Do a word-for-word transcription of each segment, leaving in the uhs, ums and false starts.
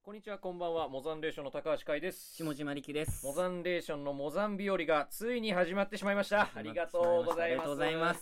こんにちは、こんばんは。モザンレーションの高橋海です。 下島力です。 モザンレーションのモザン日和がついに始まってしまいました。ありがとうございます。ありがとうございます。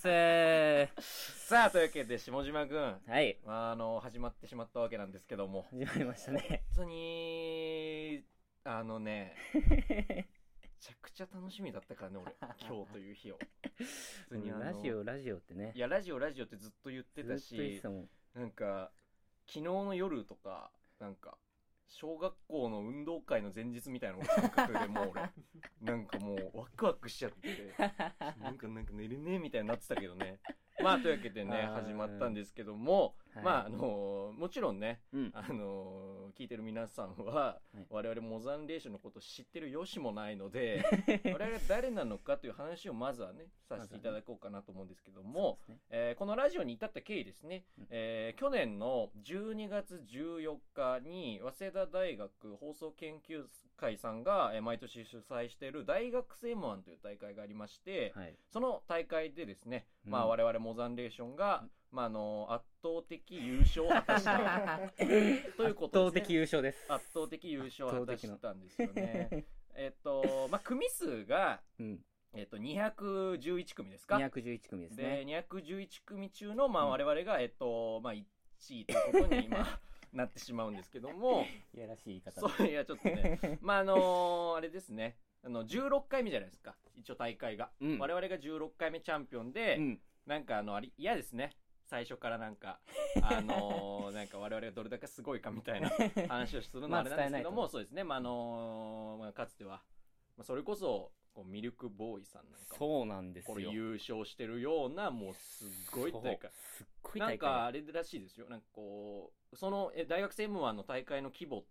さあ、というわけで、下島くん。 はい。 あの、始まってしまったわけなんですけども。 始まりましたね。 本当に、あのね、めちゃくちゃ楽しみだったからね、俺。今日という日を。 普通にラジオ、ラジオってね。 いや、ラジオ、ラジオってずっと言ってたし、 ずっと言ってたもん。 なんか、昨日の夜とか、なんか、小学校の運動会の前日みたいな感覚でもう俺なんかもうワクワクしちゃってなんかなんか寝れねえみたいになってたけどね。まあというわけでね始まったんですけども、はい、まああのー、もちろんね、うん、あのー、聞いてる皆さんは、はい、我々モザンレーションのことを知ってるよしもないので我々が誰なのかという話をまずはねさせていただこうかなと思うんですけども、ねえー、このラジオに至った経緯ですね、うんえー、去年のじゅうにがつじゅうよっかに早稲田大学放送研究会さんが、えー、毎年主催している大学生 エムワン という大会がありまして、はい、その大会でですね、うん、まあ我々モザンレーションが、うんまあ、あの圧倒的優勝を果たしたということですね。 圧倒的優勝です。 圧倒的優勝を果たしたんですよね。えっとまあ組数が、うんえっとにひゃくじゅういちくみですか。 にひゃくじゅういちくみですね。 でにひゃくじゅういちくみ中のまあ我々が、うん、えっとまあいちいということに今なってしまうんですけども、 いやらしい言い方。 そういやちょっとね、まああのー、あれですね。あのじゅうろっかいめじゃないですか。一応大会が、うん、我々がじゅうろっかいめチャンピオンで、うん、なんかあのあれ嫌ですね。最初からなんか、あのー、なんか我々がどれだけすごいかみたいな話をするのはあれなんですけども、まあ、そうですね、まあ、あのーまあ、かつては、まあ、それこそ、こうミルクボーイさんなんかも、 そうなんですよ。 これ優勝してるような、もうすごい大会。 すっごい大会。 なんかあれらしいですよ。なんかこう、そのえ大学生 エムワン の大会の規模って、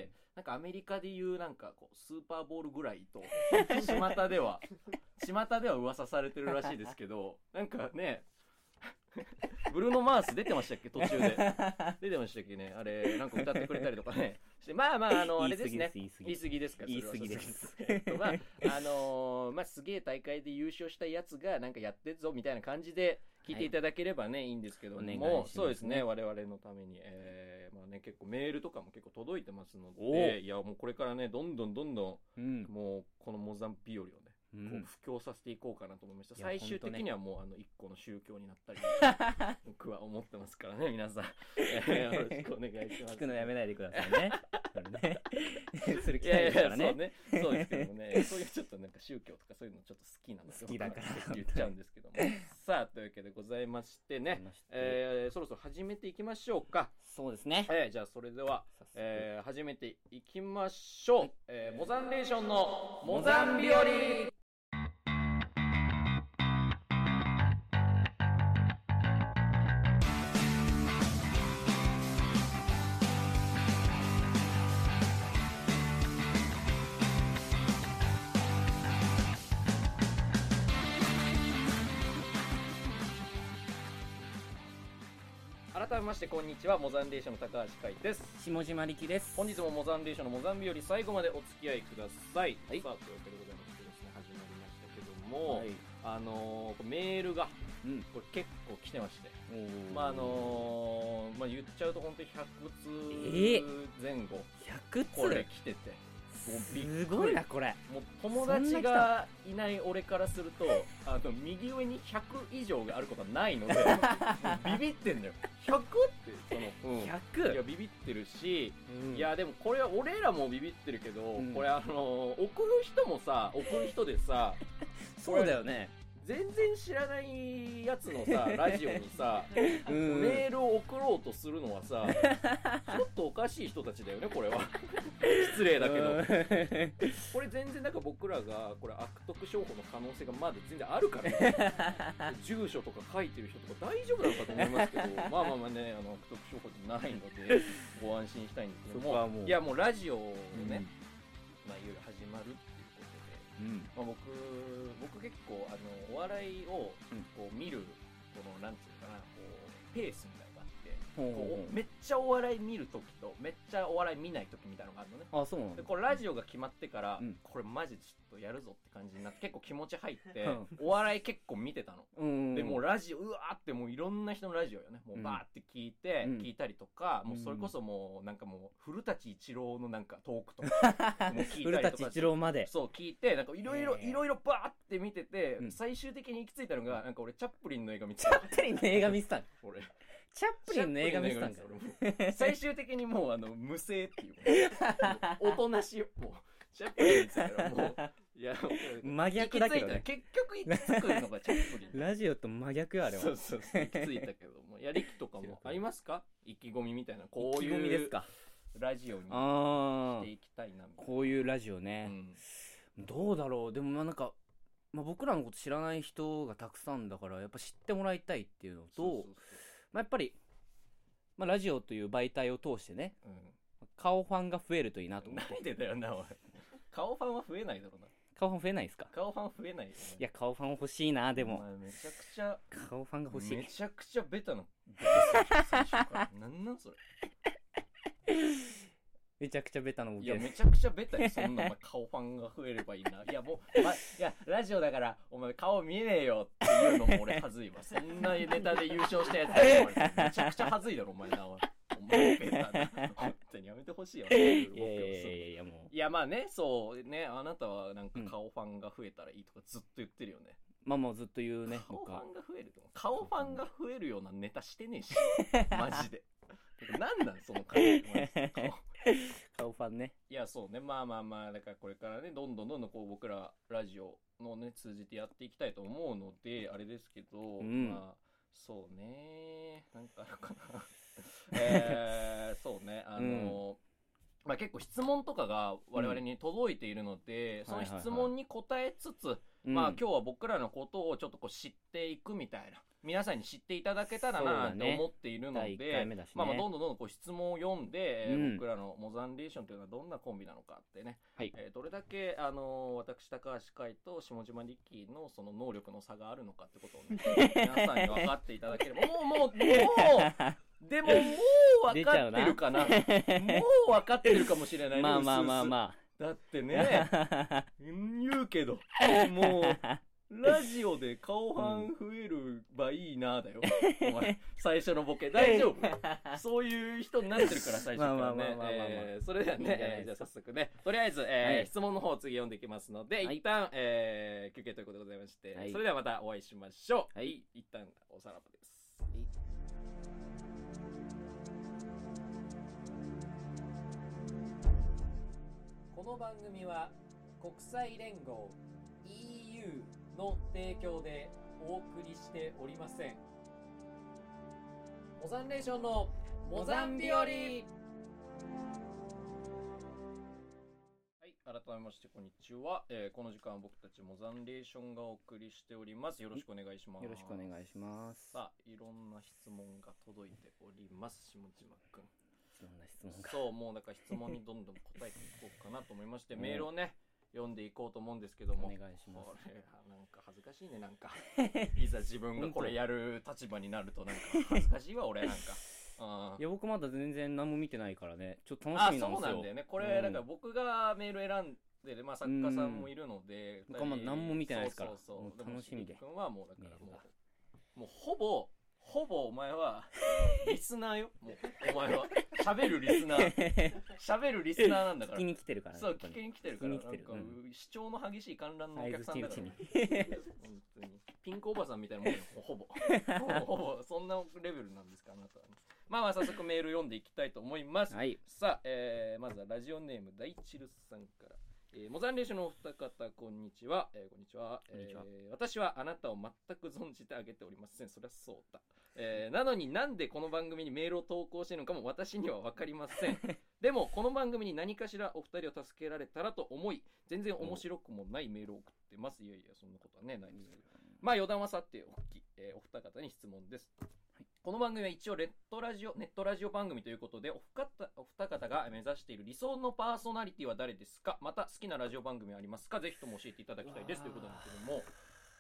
なんかアメリカでいうなんかこう、スーパーボールぐらいと、巷では、巷では噂されてるらしいですけど、なんかね、ブルーノ・マース出てましたっけ途中で出てましたっけねあれなんか歌ってくれたりとかねしてまあまああのあれですね言い過ぎ言い過ぎですか言い過ぎですまああのー、まあすげえ大会で優勝したやつがなんかやってんぞみたいな感じで聞いていただければね、はい、いいんですけども、ね、そうですね我々のために、えー、まあね結構メールとかも結構届いてますのでいやもうこれからねどんどんどんどん、うん、もうこのモザン日和をねこう布教させていこうかなと思いました、うん、最終的にはもうあの一個の宗教になったり僕は思ってますからね皆さん、えー、よろしくお願いします。 聞くのやめないでくださいねそれねそれ聞きたいですからね。いやいやそうねそうですけどもねそういうちょっとなんか宗教とかそういうのちょっと好きなので好きだから言っちゃうんですけどもさあというわけでございましてね、えー、そろそろ始めていきましょうか。 そうですね、 えー、じゃあそれでは、えー、始めていきましょう、はいえー、モザンレーションのモザン日和。改めましてこんにちはモザンレーションの高橋海です。 下島力です。 本日もモザンレーションのモザン日和最後までお付き合いください、はい、さあというわけでございましてですね始まりましたけども、はい、あのー、メールが、うん、これ結構来てましてまああのー、まあ言っちゃうと本当にひゃくつぜん後、 えー、ひゃくつこれ来ててすごいなこれ。 もう友達がいない俺からするとあの右上にひゃく以上があることはないのでビビってんだよ。ひゃくってその、うん、 ひゃくいやビビってるし、うん、いやでもこれは俺らもビビってるけど、うん、これあの送る人もさ送る人でさそうだよね全然知らないやつのさラジオにさ、うん、メールを送ろうとするのはさちょっとおかしい人たちだよねこれは失礼だけどこれ全然なんか僕らがこれ悪徳商法の可能性がまだ全然あるから、ね、住所とか書いてる人とか大丈夫なのかと思いますけどまあまあまあねあの悪徳商法じゃないのでご安心したいんですけども、もいやもうラジオをね、うん、まあいろいろ始まるっていううんまあ、僕僕結構あのお笑いをこう見るこのなんていうかなこうペースみたいなのがあってほうほうほうこうめっちゃお笑い見るときとめっちゃお笑い見ないときみたいなのがあるのね。 あ、そうなんだ。 でこれラジオが決まってから、 うんこれマジちょっとやるぞって感じになって結構気持ち入ってうんお笑い結構見てたの。 うんでもうラジオうわーってもういろんな人のラジオよねもうバーって聞いて、 うん聞いたりとか、もうそれこそもうなんかもう古舘一郎のなんかトークとかもう聞い古たりとか舘一郎まで。 そう聞いてなんかいろいろへーいろいろバーって見てて、 うん最終的に行き着いたのがなんか俺チャップリンの映画見てたチャップリンの映画見てたの。 俺チャップリンの映画見てたんか。 チャップリンの映画見てた俺もう最終的にもうあの無声っていうおとなしよもうチャップリン見てたからもういやもう真逆だけどね。 結局行き着くのがチャップリンラジオと真逆よあれは。 そうそうそう行き着いたけどもやりきとかもありますか意気込みみたいなこう意気込みいうですか。 ラジオにああしていきたいなみたいこういうラジオな、 ね、 うんどうだろう。でもまあなんか、まあ、僕らのこと知らない人がたくさんだからやっぱ知ってもらいたいっていうのと、 そうそうまあ、やっぱり、まあ、ラジオという媒体を通してねそう、うん顔ファンが増えるといいなと思ってなんでだよなおい顔ファンは増えないだろうな顔ファン増えないですか。 顔ファン増えないよねいや顔ファン欲しいな。でもお前めちゃくちゃ顔ファンが欲しい。 めちゃくちゃベタなベタ最初からなんなんそれめちゃくちゃベタなボいやケです。 めちゃくちゃベタよそんなお前顔ファンが増えればいいないやもう、ま、いやラジオだからお前顔見えねえよっていうのも俺はずいわそんなネタで優勝したやつだよめちゃくちゃはずいだろお前なおいお前ベタな本当にやめてほしいよいやいやいやいやもういやまあねそうねあなたはなんか顔ファンが増えたらいいとかずっと言ってるよね、 まあもうずっと言うね顔フ僕はァンが増えると顔ファンが増えるようなネタしてねえしマジでなんなんその感じ顔ファンね。 いやそうねまあまあまあだからこれからねどんどんどんどんこう僕らラジオのね通じてやっていきたいと思うのであれですけど、 うんまあそうねなんかあるかなえー、そうねあの、うん、まあ結構質問とかが我々に届いているので、うん、その質問に答えつつ、はいはいはい、まあ今日は僕らのことをちょっとこう知っていくみたいな皆さんに知っていただけたらなと思っているので、ねね、まあまあどんどんどんどんこう質問を読んで、うん、僕らのモザンレーションというのはどんなコンビなのかってね、はい、えー、どれだけあのー、私高橋海と下島リッキーのその能力の差があるのかってことをね皆さんに分かっていただければもうもうもうでももう分かってるかなもう分かってるかもしれないねまあまあまあまあだってね言うけどもうラジオで顔ファン増えるばいいなだよ、うん、お前最初のボケ大丈夫そういう人になってるから最初からねそれではね、えー、じゃあ早速ねとりあえず、えーはい、質問の方を次読んでいきますので、はい、一旦、えー、休憩ということでございまして、はい、それではまたお会いしましょう、はい、一旦おさらばです、はい、この番組は国際連合 イーユーの提供でお送りしておりません。モザンレーションのモザンビオリ。はい、改めましてこんにちは、えー、この時間は僕たちモザンレーションがお送りしております。よろしくお願いします。 よろしくお願いします。 さあ、いろんな質問が届いております。下島くん。 いろんな質問が。 そう、もうだから質問にどんどん答えていこうかなと思いまして、メールをね。読んでいこうと思うんですけども、 お願いします。 これなんか恥ずかしいねなんかいざ自分がこれやる立場になるとなんか恥ずかしいわ俺なんかいや僕まだ全然何も見てないからねちょっと楽しみなんですよ。 あ、そうなんだよねこれ、うん、だから僕がメール選んで、まあ、作家さんもいるので僕はまだ何も見てないですからそうそうそう楽しみで君はもうだからもうもうほぼほぼお前はリスナーよもうお前は喋るリスナー喋るリスナーなんだから聞きに来てるから、ね、 そう聞きに来てるからなんか、うん、主張の激しい観覧のお客さんだから、ね、本当にピンクおばさんみたいなもんよほぼほぼそんなレベルなんですかあなたは、ね、まあまあ早速メール読んでいきたいと思います、はい、さあ、えー、まずはラジオネーム大チルさんからえー、モザンレーションのお二方こんにちは、えー、こんにちは、えー、私はあなたを全く存じてあげておりません。そりゃそうだ、えー、なのになんでこの番組にメールを投稿しているのかも私には分かりませんでもこの番組に何かしらお二人を助けられたらと思い全然面白くもないメールを送ってます。いやいやそんなことはねないですけど、まあ余談はさておき、えー、お二方に質問です。この番組は一応ネットラジオ、ネットラジオ番組ということでお二方、お二方が目指している理想のパーソナリティは誰ですか。また好きなラジオ番組はありますか。ぜひとも教えていただきたいですということなんですけども、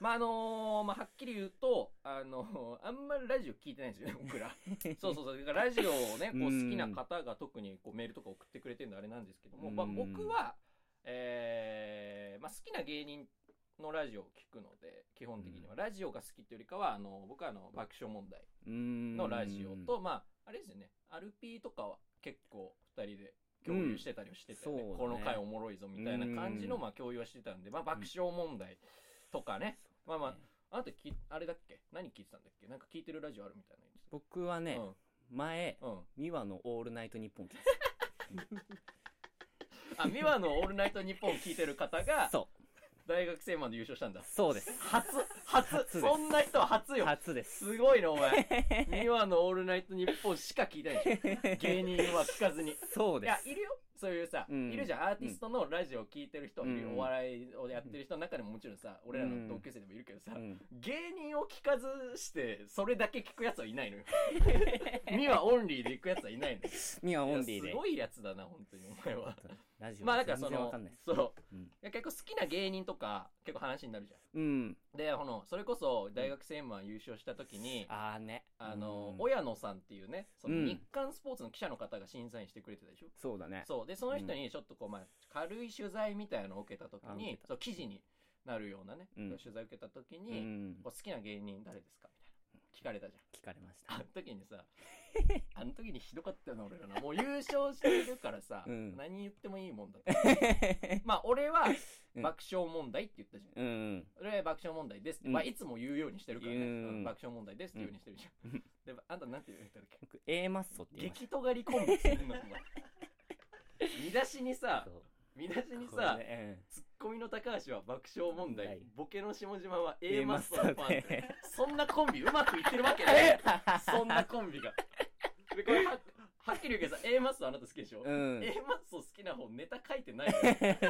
まああのーまあはっきり言うとあのーあんまりラジオ聞いてないんですよね僕らそうそうそうだからラジオをねこう好きな方が特にこうメールとか送ってくれてるのあれなんですけども、まあ、僕は、えーまあ、好きな芸人のラジオを聞くので基本的にはラジオが好きっていうよりかはあの僕はあの爆笑問題のラジオとまああれですよねアルピーとかは結構ふたりで共有してたりしてて、ねうんね、この回おもろいぞみたいな感じのまあ共有はしてたんで、まあ、爆笑問題とかね、うん、まあまああなたきあれだっけ何聞いてたんだっけなんか聞いてるラジオあるみたいな僕はね、うん、前、うん、ミワのオールナイトニッポン聞いてたあミワのオールナイトニッポン聞いてる方がそう大学生まで優勝したんだそうです初初初そんな人は初よ初ですすごいねお前ミワのオールナイトニッポンしか聞いてないでしょ芸人は聞かずにそうですいやいるよそういうさ、うん、いるじゃんアーティストのラジオを聞いてる人、うん、お笑いをやってる人の中でももちろんさ、うん、俺らの同級生でもいるけどさ、うん、芸人を聞かずしてそれだけ聞くやつはいないのよミワオンリーで行くやつはいないのよミワオンリーですごいやつだな本当にお前はラジオまあだからそのそう、 うん、いや結構好きな芸人とか結構話になるじゃん、 うん、 でこのそれこそ大学生 エムワン 優勝した時に、 うん、あーねあの、うん、親野さんっていうねその日刊スポーツの記者の方が審査員してくれてたでしょ、 そうだねそうでその人にちょっとこう、まあ、軽い取材みたいなのを受けた時にそう記事になるようなね、うん、取材受けた時に、うん、こう好きな芸人誰ですかみたいな聞かれたじゃん聞かれましたあの時にさあの時にひどかったよな俺らのもう優勝してるからさ、うん、何言ってもいいもんだってまあ俺は爆笑問題って言ったじゃん、うん、俺は爆笑問題ですって、うん、まあいつも言うようにしてるからね、うん、爆笑問題ですって言うようにしてるじゃん、うん、であんたなんて言ったっけ僕 A マッソって言いました激尖りコンビするの見出しにさ見出しにさ、ねうん、ツッコミの高橋は爆笑問題、はい、ボケの下島は A マッソのファンって、そんなコンビうまくいってるわけないそんなコンビがでこれ は, はっきり言うけどさ A マッソあなた好きでしょ、うん、A マッソ好きな方ネタ書いてないよ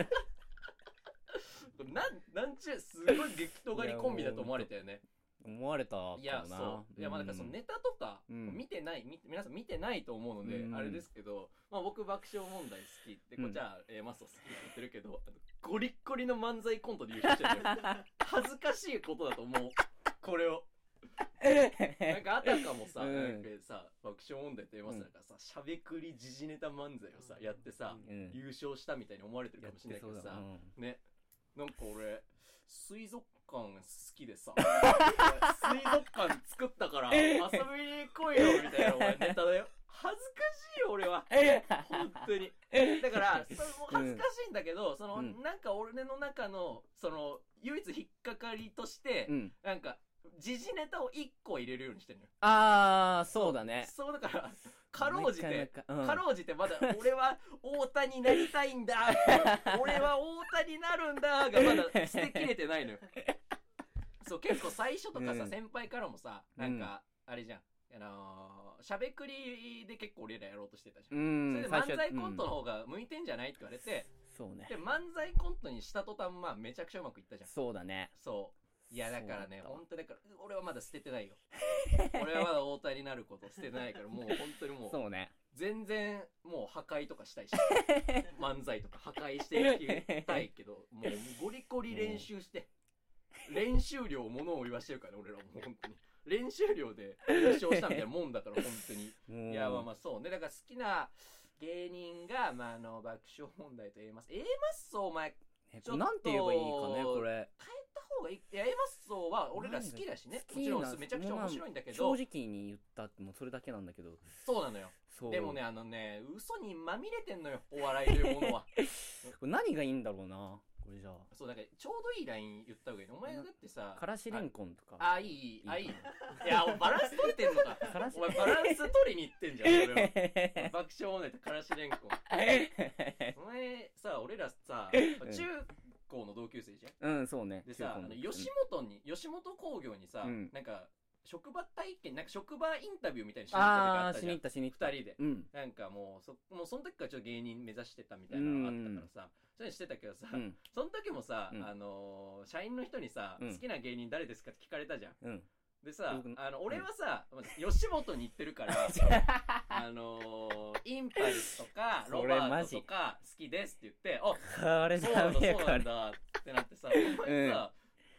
なんなんちゅうすごい激尖りコンビだと思われたよね思われたかもな。 いやそういやまあだからそのネタとか見てない、うん、皆さん見てないと思うので、うん、あれですけど、まあ、僕爆笑問題好きってこっちは、うん、えー、マスト好きって言ってるけどゴリッゴリの漫才コントで優勝してる恥ずかしいことだと思うこれをなんかあたかもさ、うん、なんかさ爆笑問題って言いますなんかさ、しゃべくり時事ネタ漫才をさやってさ、うん、優勝したみたいに思われてるかもしれないけどさ、うん、ねなんか俺水族館好きでさ水族館作ったから遊びに来いよみたいなお前ネタだよ恥ずかしいよ俺は本当にだからそれも恥ずかしいんだけど、うん、その、うん、なんか俺の中のその唯一引っかかりとして、うん、なんか時事ネタをいっこ入れるようにしてるのよあーそうだねそうだからかろうじてかろうじてまだ俺は太田になりたいんだ俺は太田になるんだがまだ捨てきれてないのよそう結構最初とかさ、うん、先輩からもさなんか、うん、あれじゃんあのー、しゃべくりで結構俺らやろうとしてたじゃん、うん、それで漫才コントの方が向いてんじゃないって言われて、 そうねで漫才コントにした途端まあめちゃくちゃうまくいったじゃんそうだねそういやだからね本当だから俺はまだ捨ててないよ俺はまだ太田になること捨ててないからもう本当にもうそうね全然もう破壊とかしたいし漫才とか破壊していきたいけどもうゴリゴリ練習して練習量ものを言わしてるからね俺らも本当に練習量で優勝したみたいなもんだから本当にいやまあまあそうねだから好きな芸人が、まあ、あの爆笑問題と A マッソ A マッソお前ちょっとなんて言えばいいかねこれ変えた方がいい。いや A マッソは俺ら好きだしねもちろんめちゃくちゃ面白いんだけど正直に言ったってもうそれだけなんだけどそうなのよでもねあのね嘘にまみれてんのよお笑いというものはこれ何がいいんだろうなこれじゃあそうだからちょうどいいライン言った方がいいのお前だってさからしれんこんとかああいいいいあいいいやバランス取れてんのかお前バランス取りに行ってんじゃん俺は爆笑問題とからしれんこんお前さ俺らさ中高の同級生じゃんうんそうねでさあの吉本に吉本興業にさ、うん、なんか職場体験なんか職場インタビューみたいにしに行った時あったじゃん。あーしに行ったしに行ったふたりで、うん、なんかもうそもうその時からちょっと芸人目指してたみたいなのがあったからさ、そういうのしてたけどさ、うん、その時もさ、うん、あのー、社員の人にさ、うん、好きな芸人誰ですかって聞かれたじゃん、うん、でさ、うん、あの俺はさ、うん、吉本に行ってるからあのー、インパルスとかロバートとか好きですって言ってああれそうなんだそうなんだってなってさお前さ、うん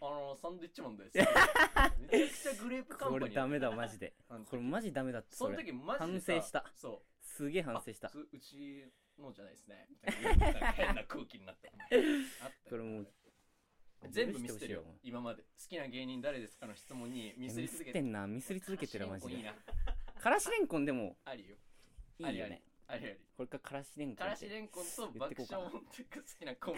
あのサンドイッチマンですめちゃくちゃグレープカンパニーこれダメだマジでこれマジダメだってその時マジで反省したそうすげえ反省したうちのじゃないですねみたいななんか変な空気になったあったこれもう全部ミスってるよ今まで好きな芸人誰ですかの質問にミスりミスって続けてんなミスり続けてるマジでいいなからしれんこんでもありよいいよねありありこれからからしれんこんからしれんこんと爆言ってこうかな笑問題が好きなコンビ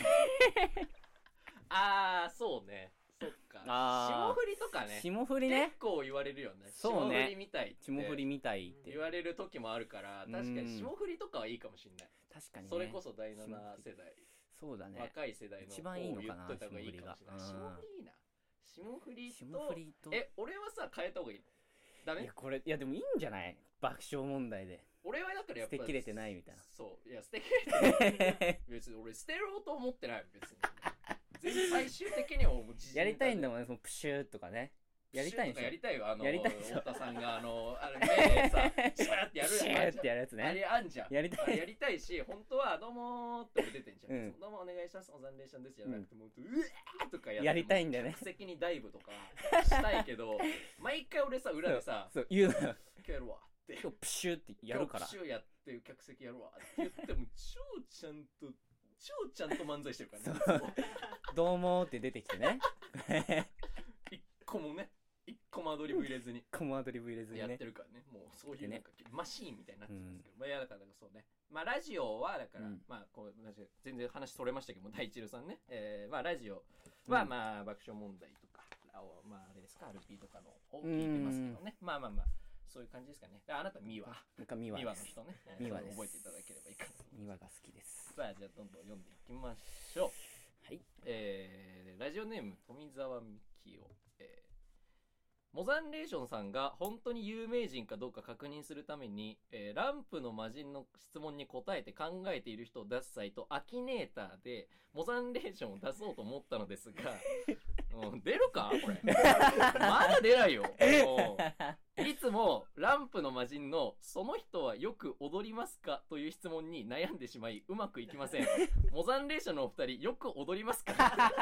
あーそうねそっかあー霜降りとかね霜降りね結構言われるよねそうね霜降りみたいって霜降りみたいって言われる時もあるから確かに霜降りとかはいいかもしんない確かにねそれこそだいなな世代そうだね若い世代の一番いいのかな方を言っといた方がいいかもしれない霜霜降りが降りいいな霜降りと霜降りとえ俺はさ変えた方がいいのダメいやこれいやでもいいんじゃない爆笑問題で俺はだからやっぱ捨てきれてないみたいなそういや捨てきれてない別に俺捨てろうと思ってない別に全然最終的にはもう自信やりたいんだもんもんねそのプシューとかねやりたいんでしょやりたいよあのやりたいでしょ太田さんがあのあれ目でさシューってやるプシューってやるやつねあれあんじゃんやりたいあれやりたいし本当はどうもーって俺出てんじゃん、 うんどうもお願いしますオザンレーションですじゃなくてもう、うわーとかやってやりたいんだよね客席にダイブとかしたいけど毎回俺さ裏でさそう言うのよ今日やるわって今日プシューってやるから今日プシューやって客席やるわって言っても超ちゃんと超ちゃんと漫才してるからねどうもーって出てきてね一個もね一個もアドリブ入れずにコマアドリブ入れずにねやってるからねもうそういうなんかマシーンみたいになってるんですけど、 うんまあいやだからそうねまあラジオはだから、 うんまあこう全然話それましたけども大一郎さんね、えー、まあラジオはうんまあ爆笑問題とか、あまああれですか アールピー とかのを聞いてますけどね、まあまあまあそういう感じですかね。であなたミワ僕はミワミですワの人ね、 ミワです覚えていただければいいかなとミワが好きですさあじゃあどんどん読んでいきましょう。 はいえー、ラジオネーム富澤美樹夫、えーモザンレーションさんが本当に有名人かどうか確認するために、えーランプの魔人の質問に答えて考えている人を出すサイトアキネーターでモザンレーションを出そうと思ったのですがうん出るかこれまだ出ないようんいつもランプの魔人のその人はよく踊りますかという質問に悩んでしまいうまくいきませんモザンレーションのお二人よく踊りますか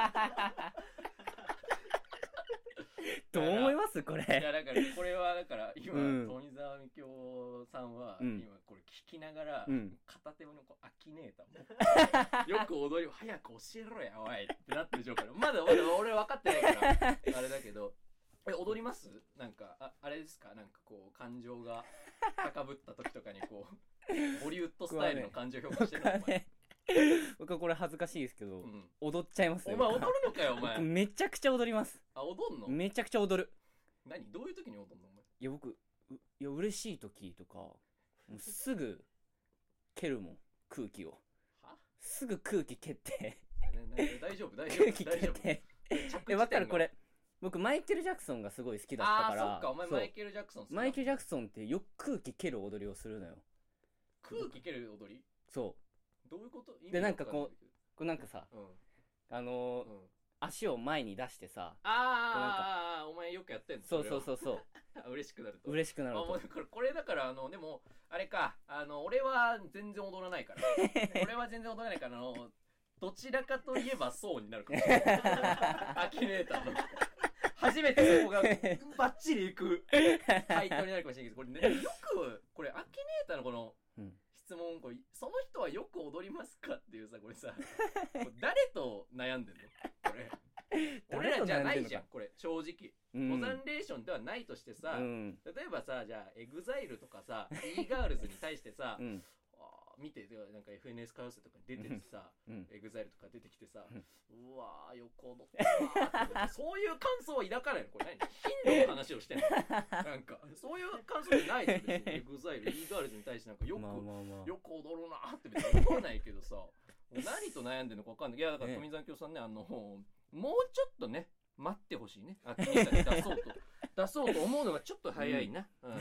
どう思いますこいやれだからこれはだから今、 うん富澤美京さんは、 うん今これ聞きながら、 うん片手のこうアキネーターもよく踊りを早く教えろやおいってなってる状況まだまだ俺分かってないからあれだけどえ踊りますなんかああれですかなんかこう感情が高ぶった時とかにこうボリウッドスタイルの感情表現してるのお前、 僕はこれ恥ずかしいですけど、 うん踊っちゃいますよお前踊るのかよお前僕めちゃくちゃ踊りますあ踊んのめちゃくちゃ踊る何どういう時に踊んのお前いや僕ういや嬉しい時とかもうすぐ蹴るもん空気をはすぐ空気蹴ってねね大丈夫大丈夫空気蹴大丈夫って着地点え分かるこれ僕マイケル・ジャクソンがすごい好きだったからあーそっかお前そうマイケル・ジャクソン好きだマイケル・ジャクソンってよく空気蹴る踊りをするのよ空気蹴る踊りそどういうことでなんかこううこうなんかさうん、うん、 あのー足を前に出してさああお前よくやってんのそうそうそうそうう嬉しくなると嬉しくなるとあもうこれこれだからあのでもあれかあの俺は全然踊らないから俺は全然踊らないからあのどちらかといえばそうになるかもしれないアキネーターの初めてそこがバッチリいく回答になるかもしれないけどこれねよくこれアキネーターのこのうん質問これその人はよく踊りますかっていうさこれさこれ誰と悩んでんのこれ俺らじゃないじゃんこれ正直うんモザンレーションではないとしてさ、 うん例えばさじゃあエグザイルとかさ e ガールズに対してさ、 うんあー見てなんか エフエヌエス 歌謡祭とかに出ててさ、 うんエグザイルとか出てきてさ、 うんうわーよく踊ったなーってそういう感想は抱かないのこれ何頻度の話をしてんのなんかそういう感想じゃないですよ別にエグザイル e ガールズに対してなんかよく、 まあまあまあよく踊るなーって別に思わないけどさ何と悩んでるのか分かんないいやだからね富澤京さんねあのもうちょっとね待ってほしいねアキネーターに出そうと出そうと思うのがちょっと早いな、うんうん、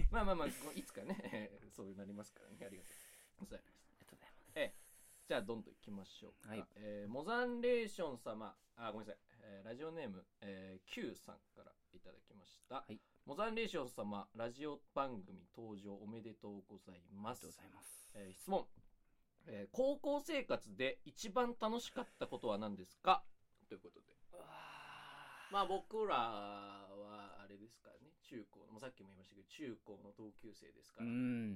まあまあまあいつかね、えー、そうなりますからねありがとうございますありがとうございますえー、じゃあどんどんいきましょうか、 はいえー、モザンレーション様あごめんなさい、えー、ラジオネーム、えー、Q さんからいただきました、 はい、 モザンレーション様ラジオ番組登場おめでとうございますありがとうございますえー質問、えー高校生活で一番楽しかったことは何ですかということでうわまあ僕らはあれですからね、中高の、さっきも言いましたけど中高の同級生ですから、 うん。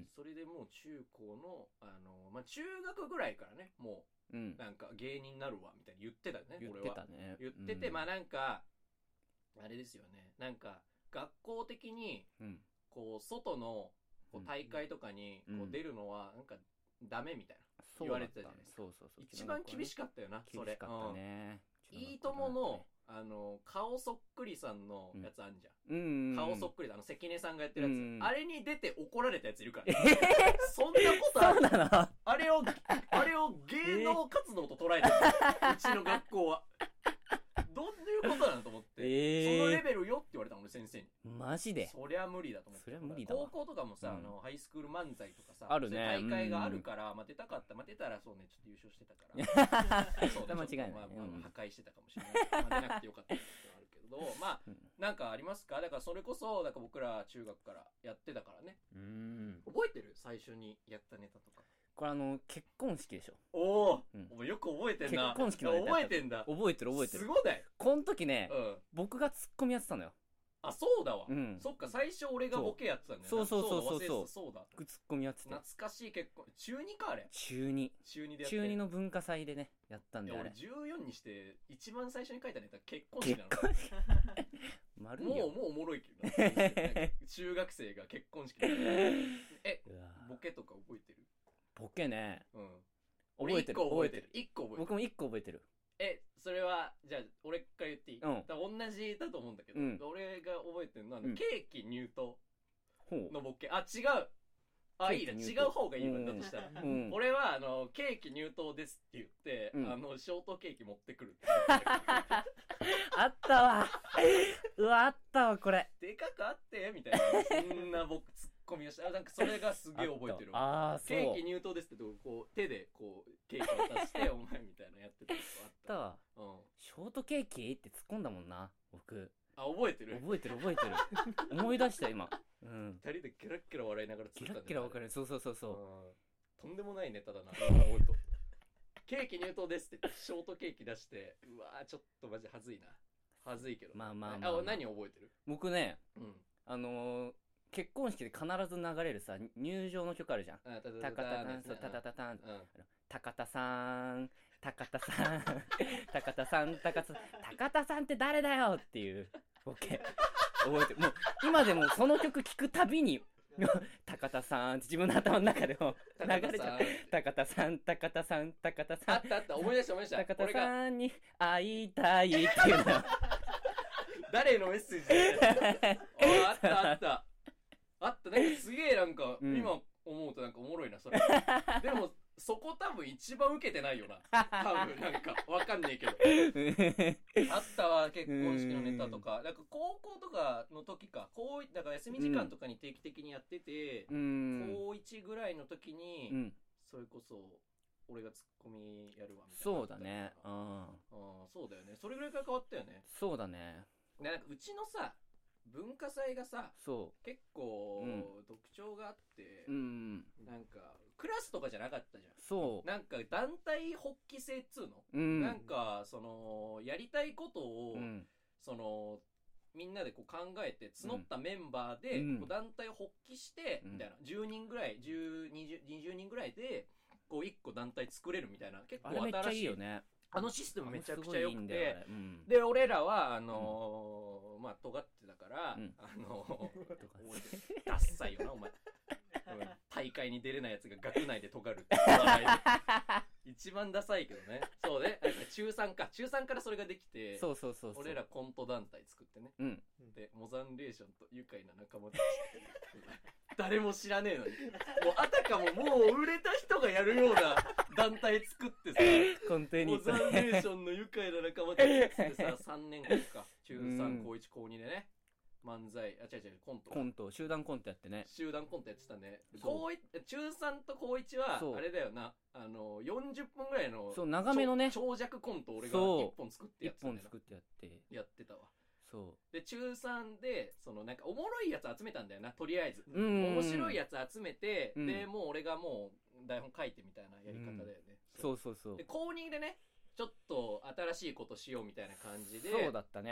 それでもう中高のあのまあ中学ぐらいからね、もうんう。なんか芸人になるわみたいに言ってたね、 言っ俺はてたね。 言ってて、 うんまあなんかあれですよね、なんか学校的にうん。 こう外のこううん大会とかにこうんう出るのはなんかダメみたいな、 そう言われてたじゃないですか。 そうそうそう。 一番厳しかかったよな、 ったそれ。 厳しかったね。 うんいいともの、あの、顔そっくりさんのやつあんじゃん。 うん。 顔そっくりだ、あの、関根さんがやってるやつ。 うんあれに出て怒られたやついるから、 えね。そんなことあるそうなのあれを、あれを芸能活動と捉えてる、うちの学校は。どういうことなんと思って、 えーそのレベルよって言われたもんね、先生に。 マジでそりゃ無理だと思って。 そりゃ無理だわ高校とかもさ、 うんあの、ハイスクール漫才とかさ、 あるねそういう大会があるから、まあ出たかった。まあ出たらそうね、ちょっと優勝してたから。そうね間違いないちょっとまあまあうん破壊してたかもしれない。まあ出なくてよかったってのはあるけど、まあ、 うんなんかありますか？だからそれこそ、だから僕ら中学からやってたからね。 うん。 覚えてる？最初にやったネタとか。 これあの、結婚式でしょ。 おお、 うんお前よく覚えてんな。 結婚式のネタ覚えてんだ。 覚えてる覚えてる。 すごいね。 この時ね、 うん。 僕がツッコミやってたのよ。 あ、そうだわ。 うんそっか、最初俺がボケやってたんだよな。 そうそうそうそうそうそうだ、そうだ。 僕ツッコミやってて。 懐かしい結婚。中にかあれ。 中に。 中にでやって中にの文化祭でね、やったんいや俺であれ。 じゅうよんにして一番最初に書いたネタ結婚式結なの。 婚式丸いよ。 もうもうおもろいけどな中学生が結婚式でえうわボケとか覚えてる？ ボケね。 うん覚えてる。 俺一個覚えてる一個覚えてる僕も一個覚えてる。 えそれはじゃあ俺から言っていい？ うんだから同じだと思うんだけど、 うん俺が覚えてるのはあの、 うんケーキ入刀ほう。 のボケ。あ違うあいいな違ケーキ入刀う方がいいわうんだとしたら、 うん。 俺はあのケーキ入刀ですって言って、 うんあのショートケーキ持ってくるってあったわ。うわ、あったわ、これ。 でかくあってみたいなそんな僕ツッコミをしたあなんかそれがすげえ覚えてるわああ、そう。 ケーキ入刀ですってとここう手でこうケーキを渡してお前みたいなやってたこあっとあったわ。 たうんショートケーキって突っ込んだもんな、僕。 あ覚えてる覚えてる覚えてる。思い出した、今。うん。 二人でケラッケラ笑いながら作キラったッキラ分かる。そうそうそうそう。 うんとんでもないネタだな今思うとケーキ入刀ですって言ってショートケーキ出してうわーちょっとマジはずいなはずいけどまあまあまあまああ何覚えてる？ 僕ね、 うんあのー、結婚式で必ず流れるさ、入場の曲あるじゃん。 あたタカタタン、そう、タタタタン。高田さん、高田さん、高田さん、高田さん、高田さんって誰だよっていうボケ。覚えてる。もう、今でもその曲聴くたびに、高田さんって自分の頭の中でも流れちゃう。高田さん、高田さん、高田さん。 あったあった思い出した思い出した高田俺がさんに会いたいっていうの。 誰のメッセージだよああったあったあったなんかすげえなんか、 うん今思うとなんかおもろいなそれでもそこ多分一番受けてないよな多分なんかわかんねえけどあったわ結婚式のネタとかなんか高校とかの時か高いだから休み時間とかに定期的にやってて、 うん。 高いちぐらいの時に、 うん。 それこそ俺がツッコミやるわみたいなそうだね。うあん。 あそうだよねそれぐらいから変わったよねそうだね。 でなんかうちのさ文化祭がさそ結構、 うん特徴があって、 う。うん。 なんかクラスとかじゃなかったじゃんそなんか団体発起制っつうの、 う。うん。 なんかそのやりたいことを、 うん。 そのみんなでこう考えて募ったメンバーで、 うんこう団体を発起して、 うんみたいなじゅうにんぐらいじゅう、にじゅう、にじゅうにんぐらいでこういっこ団体作れるみたいな結構あれめっちゃ新しいいいよね。 あのシステムめちゃくちゃ良くあれすごいいいんだよあてれうん。 で俺らはあのーまあ尖ってたから、 うんあのーとかダッサいよなお前、うん大会に出れないやつが学内で尖るって笑いで一番ダサいけどねそうねなんか中さんか中さんからそれができてそうそうそうそう。 俺らコント団体作ってねうん。 でモザンレーションと愉快な仲間たち誰も知らねえのにもうあたかももう売れた人がやるような団体作ってさコンテニモザンレーションの愉快な仲間たちっつってささんねんかんか中さん高いち高にでね漫才あ違う違うコントコント、集団コントやってね。 集団コントやってたねそう高一中さんと高いちはそうあれだよなあのよんじゅっぷんぐらいのそう、長めのね、 長尺コントを俺がそういっぽん作ってや一ってたんだよな本作ってやって。 やってたわそで中さんでそのなんかおもろいやつ集めたんだよなとりあえずう。うん。 面白いやつ集めて、 うんでもう俺がもう台本書いてみたいなやり方だよね、 そううそうそうで。高にでねちょっと新しいことしようみたいな感じでそうだったね。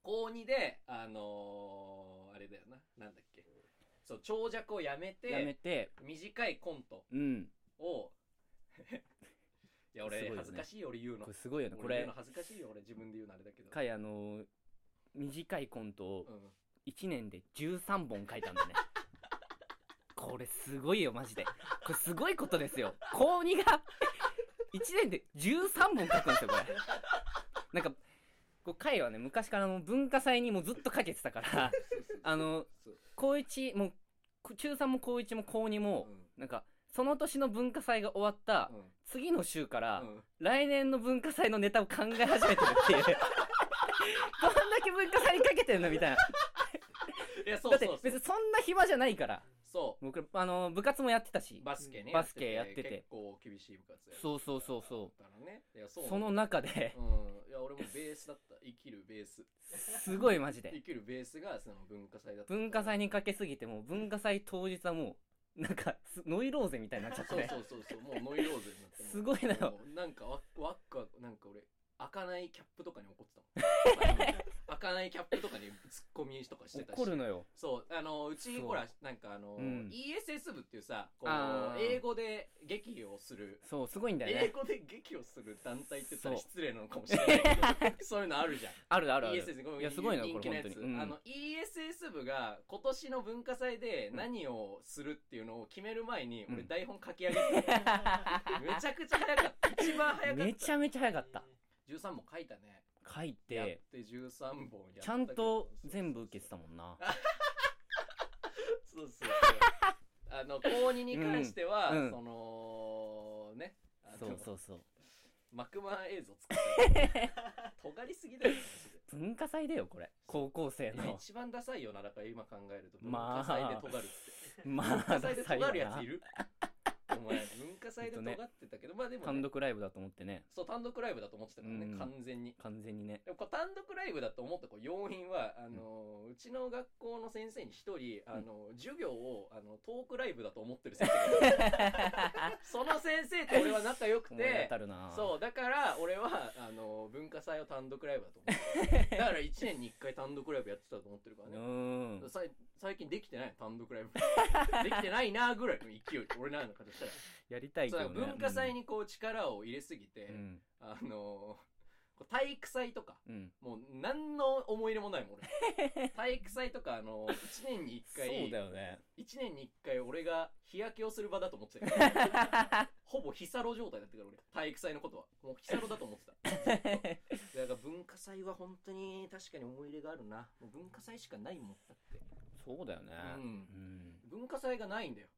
高にであのー、あれだよな、なんだっけ、そう長尺をやめてやめて短いコントうんをいや俺、 すごいよね恥ずかしいよ俺言うの、 これすごいよねこ俺言うれの恥ずかしいよ俺自分で言うのあれだけど、 かいあのー短いコントをうんいちねんでじゅうさんぼん書いたんだねこれすごいよマジでこれすごいことですよ高にがいちねんでじゅうさんぼん書くんですよこれなんかこう回はね昔からの文化祭にもうずっとかけてたからあの高いちもう中さんも高いちも高にも、うん、なんかその年の文化祭が終わった次の週から、うん、来年の文化祭のネタを考え始めてるっていうどんだけ文化祭にかけてんのみたいないやそうそうそうだって別にそんな暇じゃないからそう僕あの部活もやってたしバスケねバスケやってて結構厳しい部活やそうそうそうそうだからねいやそうその中でうんいや俺もベースだった生きるベースすごいマジで生きるベースがその文化祭だった文化祭にかけすぎてもう文化祭当日はもうなんかノイローゼみたいになっちゃってねそうそうそうそうもうノイローゼになってすごいなよなんかワッワックワクなんか俺開かないキャップとかに怒ってたもん開かないキャップとかにツッコミとかしてたし怒るのよそうあのうちほらなんかあの、うん、イーエスエス 部っていうさこう英語で劇をするそうすごいんだよね英語で劇をする団体って言ったら失礼なのかもしれないけどそういうのあるじゃんあるあるあるイーエスエス ごめんいやすごいな人気のやつ、 これ本当に、うん、 あの イーエスエス 部が今年の文化祭で何をするっていうのを決める前に、うん、俺台本書き上げてめちゃくちゃ早かった一番早かっためちゃめちゃ早かったじゅうさんぼん書いたね書いてやってじゅうさんぼんやったちゃんと全部受けてたもんなそうそうそうあの高にに関しては、うんうん、そのねあのそうそうそうマクマン映像作って尖りすぎだよ文化祭だよこれ高校生の一番ダサいよなだから今考えると文化祭で尖るってまあ文化祭で尖るやついるお前文化祭で尖ってたけど、まあでも、ね、 単独ライブだと思ってねそう単独ライブだと思ってたからね、うん、完全に完全にねでもこう単独ライブだと思ったこう要因はあの、うん、うちの学校の先生に一人あの、うん、授業をあのトークライブだと思ってる先生がその先生と俺は仲良くてそうだから俺はあの文化祭を単独ライブだと思ってだからいちねんにいっかい単独ライブやってたと思ってるからねうん最近できてない単独ライブできてないなぐらいの勢い俺らの形したらやりたいけどね文化祭にこう力を入れすぎて、うん、あのー、体育祭とか、うん、もう何の思い入れもないもん俺体育祭とかあのー、いちねんにいっかいそうだよねいちねんにいっかい俺が日焼けをする場だと思ってたほぼヒサロ状態だったから俺体育祭のことはもうヒサロだと思ってただから文化祭は本当に確かに思い入れがあるなもう文化祭しかないもんだってそうだよね、うんうん、文化祭がないんだよ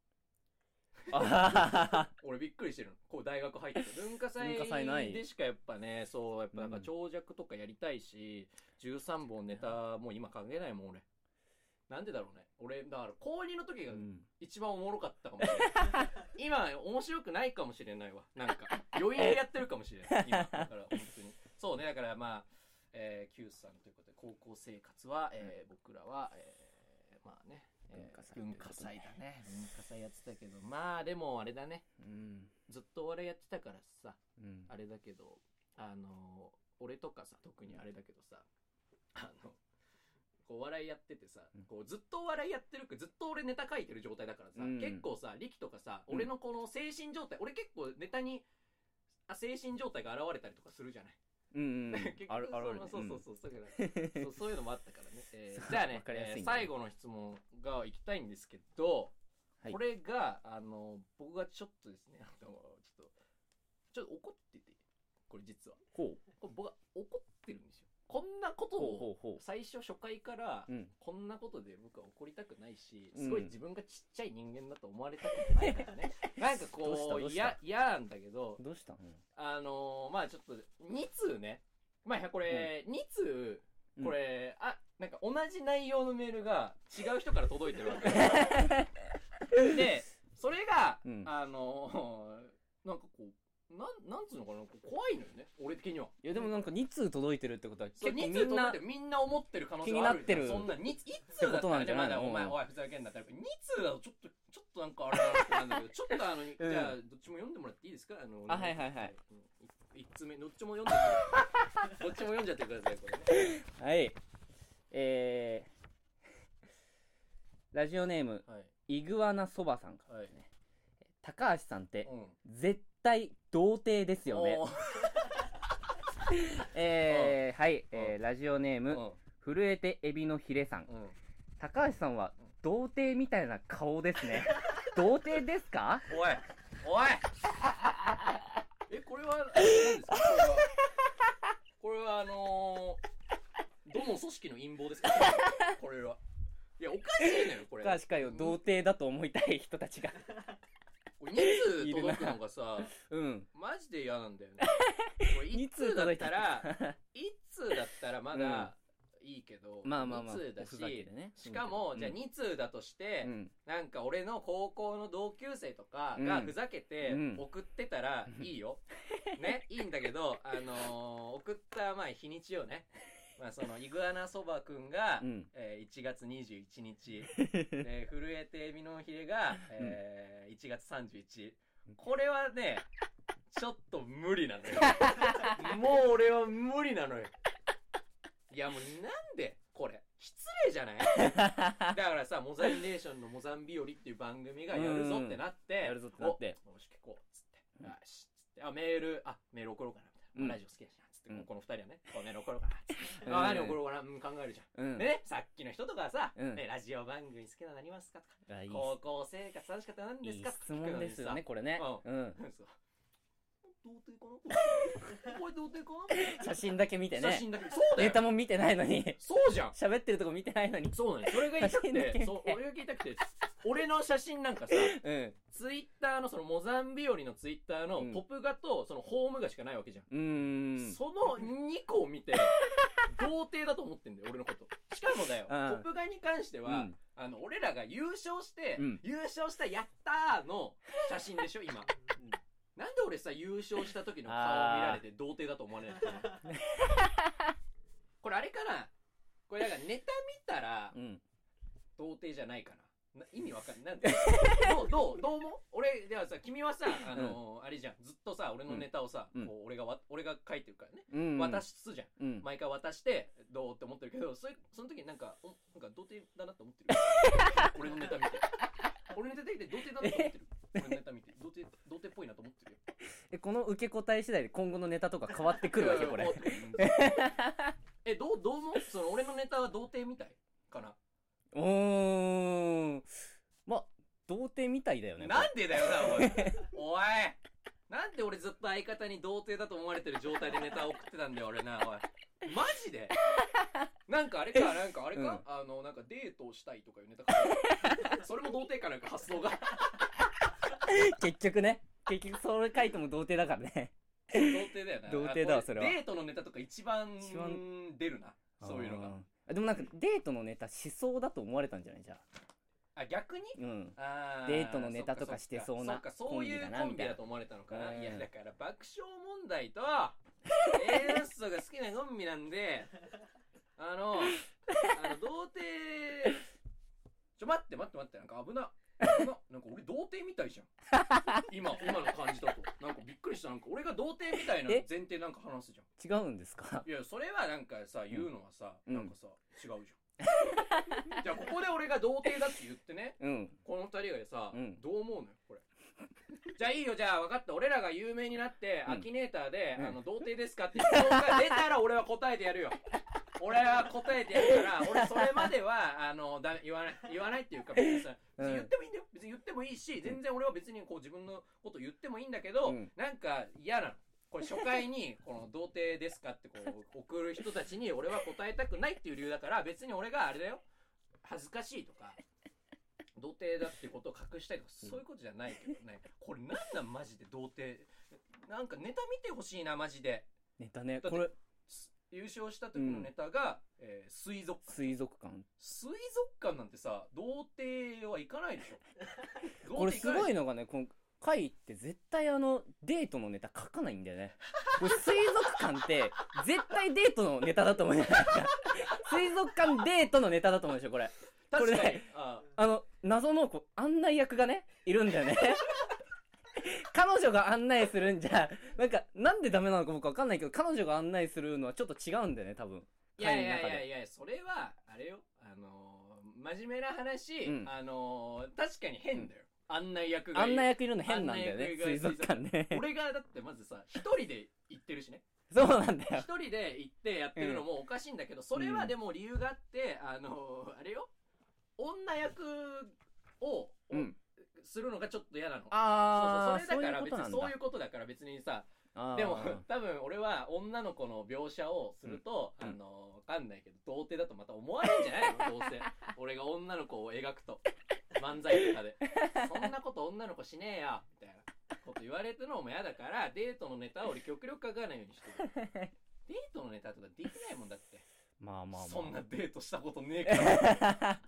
俺びっくりしてるのこう大学入って文化祭でしかやっぱねそうやっぱなんか長尺とかやりたいし、うん、じゅうさんぼんネタもう今考えないもん俺なんでだろうね俺だから高にの時が一番おもろかったかもしれない、うん、今面白くないかもしれないわなんか余韻でやってるかもしれない今だから本当にそうねだからまあ、えー、Q さんということで高校生活は、えー、僕らは、えーまあね、えー、文化祭だね文化祭やってたけどまあでもあれだね、うん、ずっとお笑いやってたからさ、うん、あれだけどあの俺とかさ特にあれだけどさあのこうお笑いやっててさ、うん、こうずっとお笑いやってるかずっと俺ネタ書いてる状態だからさ、うん、結構さ力とかさ、うん、俺のこの精神状態俺結構ネタにあ精神状態が現れたりとかするじゃないうんうん、結局あるあるそうそうそうそう、うん、そうそういうのもあったからね、えー、じゃあね、えー、最後の質問がいきたいんですけど、はい、これがあの僕がちょっとですねあのちょっとちょっと怒っててこれ実はこれ僕が怒ってるんですよこんなことを最初初回からこんなことで僕は怒りたくないし、うん、すごい自分がちっちゃい人間だと思われたくないからね、うん、なんかこう嫌なんだけどどうした、うん、 あのー、まあちょっとに通ねまあこれ、うん、に通これ、うん、あなんか同じ内容のメールが違う人から届いてるわけでそれが、うん、あのー、なんかこうなん、なんつうのかな怖いのよね俺的にはいやでもなんかに通届いてるってことは結構みんなみんな思ってる可能性がある気になってるそんなにいつってことなんじゃないのお前おいふざけんなってに通だとちょっとちょっとなんかあれだなってなんだけどちょっとあの、うん、じゃあどっちも読んでもらっていいですかあのあはいはいはいいっつめどっちも読んじゃってどっちも読んじゃってくださいこれねはいえー、ラジオネーム、 はいイグアナそばさんからですね、はい、高橋さんってうん絶対童貞ですよね。えー、はい、えー、ラジオネーム、 うん震えてエビのヒレさん、 うん高橋さんは童貞みたいな顔ですね。童貞ですか？ おいおいえこれは何ですか？これはこれはあのー、どの組織の陰謀ですか？これはいやおかしいのよこれ。 確かよ、童貞だと思いたい人たちがこれに通届くのがさうんマジで嫌なんだよね。これいち通だったらいち通だったらまだいいけど、 まあまあまあに通だし、 おふざけでね、 しかも、 うん、 じゃあに通だとして、 うん、 なんか俺の高校の同級生とかがふざけて送ってたらいいよ、うん、ねいいんだけど、あのー、送ったまあ日にちをね、まあそのイグアナそばくんが、うんえー、いちがつにじゅういちにちで震えてエビのヒレが、えー、いちがつさんじゅういち、これはねちょっと無理なのよ。もう俺は無理なのよ。いやもうなんでこれ失礼じゃない？だからさ、モザイネーションのモザンビオリっていう番組がやるぞってなって、 やるぞってなって、 およし結構っつって、よしっつって、あメールあメール送ろうかなみたいな、ラジオ好きだしなっつって、このふたりはね、こうメール送ろうかなっつって、あ何送ろうかな、うん、考えるじゃん。ね、さっきの人とかさ、ねラジオ番組好きなのありますかとか、高校生活楽しかったなんですか？ いい質問ですよねこれね。うん。 童貞かなこれ童貞かな写真だけ見てね。 写真だけ。そうだよ。 ネタも見てないのに。 そうじゃん。 喋ってるとこ見てないのに。 そうなの。それが言いたくて、そう、俺が言いたくて、俺の写真なんかさ、うん、ツイッターのそのモザンビオリのツイッターのトップ画とそのホーム画しかないわけじゃん。うん。そのにこを見て、童貞だと思ってんだよ、俺のこと。しかもだよ、トップ画に関しては、うん、あの、俺らが優勝して、うん、優勝したやったーの写真でしょ、今。うんなんで俺さ優勝した時の顔を見られて童貞だと思われないの？これあれかな、これだからネタ見たら、うん、童貞じゃないかな、な意味わかんない。どうどうどうも俺ではさ、君はさあのーうん、あれじゃん、ずっとさ俺のネタをさ、うん、こう俺がわ俺が書いてるからね、うんうん、渡すじゃん、うん、毎回渡してどうって思ってるけど、それその時になんかおなんか童貞だなって思ってる俺のネタ見て俺のネタ見て童貞だなって思ってる俺のネタ見て童貞童貞っぽいなと思ってるよ。 えこの受け答え次第で今後のネタとか変わってくるわけこれ。 えどうどうもその俺のネタは童貞みたいかな。 うーんま童貞みたいだよね。 なんでだよなおいおいなんで俺ずっと相方に童貞だと思われてる状態でネタを送ってたんだよ俺なおい。マジでなんかあれかなんかあれか、うん、あのなんかデートをしたいとかいうネタかそれも童貞かなんか発想が結局ね結局それ書いても童貞だからね童貞だよな。 童貞だわそれは。 デートのネタとか一番出るなそういうのが。 でもなんかデートのネタしそうだと思われたんじゃないじゃあ。 あ逆に、 うん、あデートのネタとかしてそうなコンビだなみたいな。そういうコンビだと思われたのかな。いやだから爆笑問題とエースが好きなコンビなんであのあの童貞ちょ待って待って待ってなんか危な危ななんか俺童貞みたいじゃん今今の感じだとなんかびっくりした。なんか俺が童貞みたいな前提なんか話すじゃん。違うんですか？ いやそれはなんかさ言うのはさ、うん、なんかさ違うじゃんじゃあここで俺が童貞だって言ってね、うん、このふたりがさ、うん、どう思うのよこれじゃあいいよ、じゃあ分かった、俺らが有名になって、うん、アキネーターで、うん、あの童貞ですかって質問が出たら俺は答えてやるよ俺は答えてやるから俺それまではあのだ言わない言わないっていうか別にさ、別に言ってもいいんだよ、別に言ってもいいし、全然俺は別にこう自分のこと言ってもいいんだけど、うん、なんか嫌なのこれ初回にこの童貞ですかってこう送る人たちに俺は答えたくないっていう理由だから、別に俺があれだよ恥ずかしいとか童貞だってことを隠したいとかそういうことじゃないけどね、これなんなんマジで童貞なんかネタ見てほしいなマジで。 ネタねこれ優勝した時のネタが、うんえー、水族館水族館水族館なんてさ童貞は行かないでしょこれすごいのがねこの回って絶対あのデートのネタ書かないんだよねこれ水族館って絶対デートのネタだと思うじゃないですか水族館デートのネタだと思うでしょこれ。これねああの謎のこう案内役がねいるんだよね彼女が案内するんじゃなんかなんでダメなのか僕わかんないけど彼女が案内するのはちょっと違うんだよね多分。 いやいやいやいや、それはあれよ、あのー、真面目な話、うん、あのー、確かに変だよ、うん、案内役がいる。 案内役いるの変なんだよね、水族館ね。 俺がだってまずさ、一人で行ってるしね。 そうなんだよ。 一人で行ってやってるのもおかしいんだけど、うん、それはでも理由があって、あのー、あれよ、女役を、うん、するのがちょっと嫌なの。ああ、そうそう、それだから別にそういうことだから別にさ、でも多分俺は女の子の描写をすると、うん、あのわかんないけど童貞だとまた思われるんじゃないのどうせ俺が女の子を描くと漫才とかでそんなこと女の子しねえよみたいなこと言われてるのも嫌だから、デートのネタを俺極力書かないようにしてる。デートのネタとかできないもんだって。まあまあまあ、そんなデートしたことねえから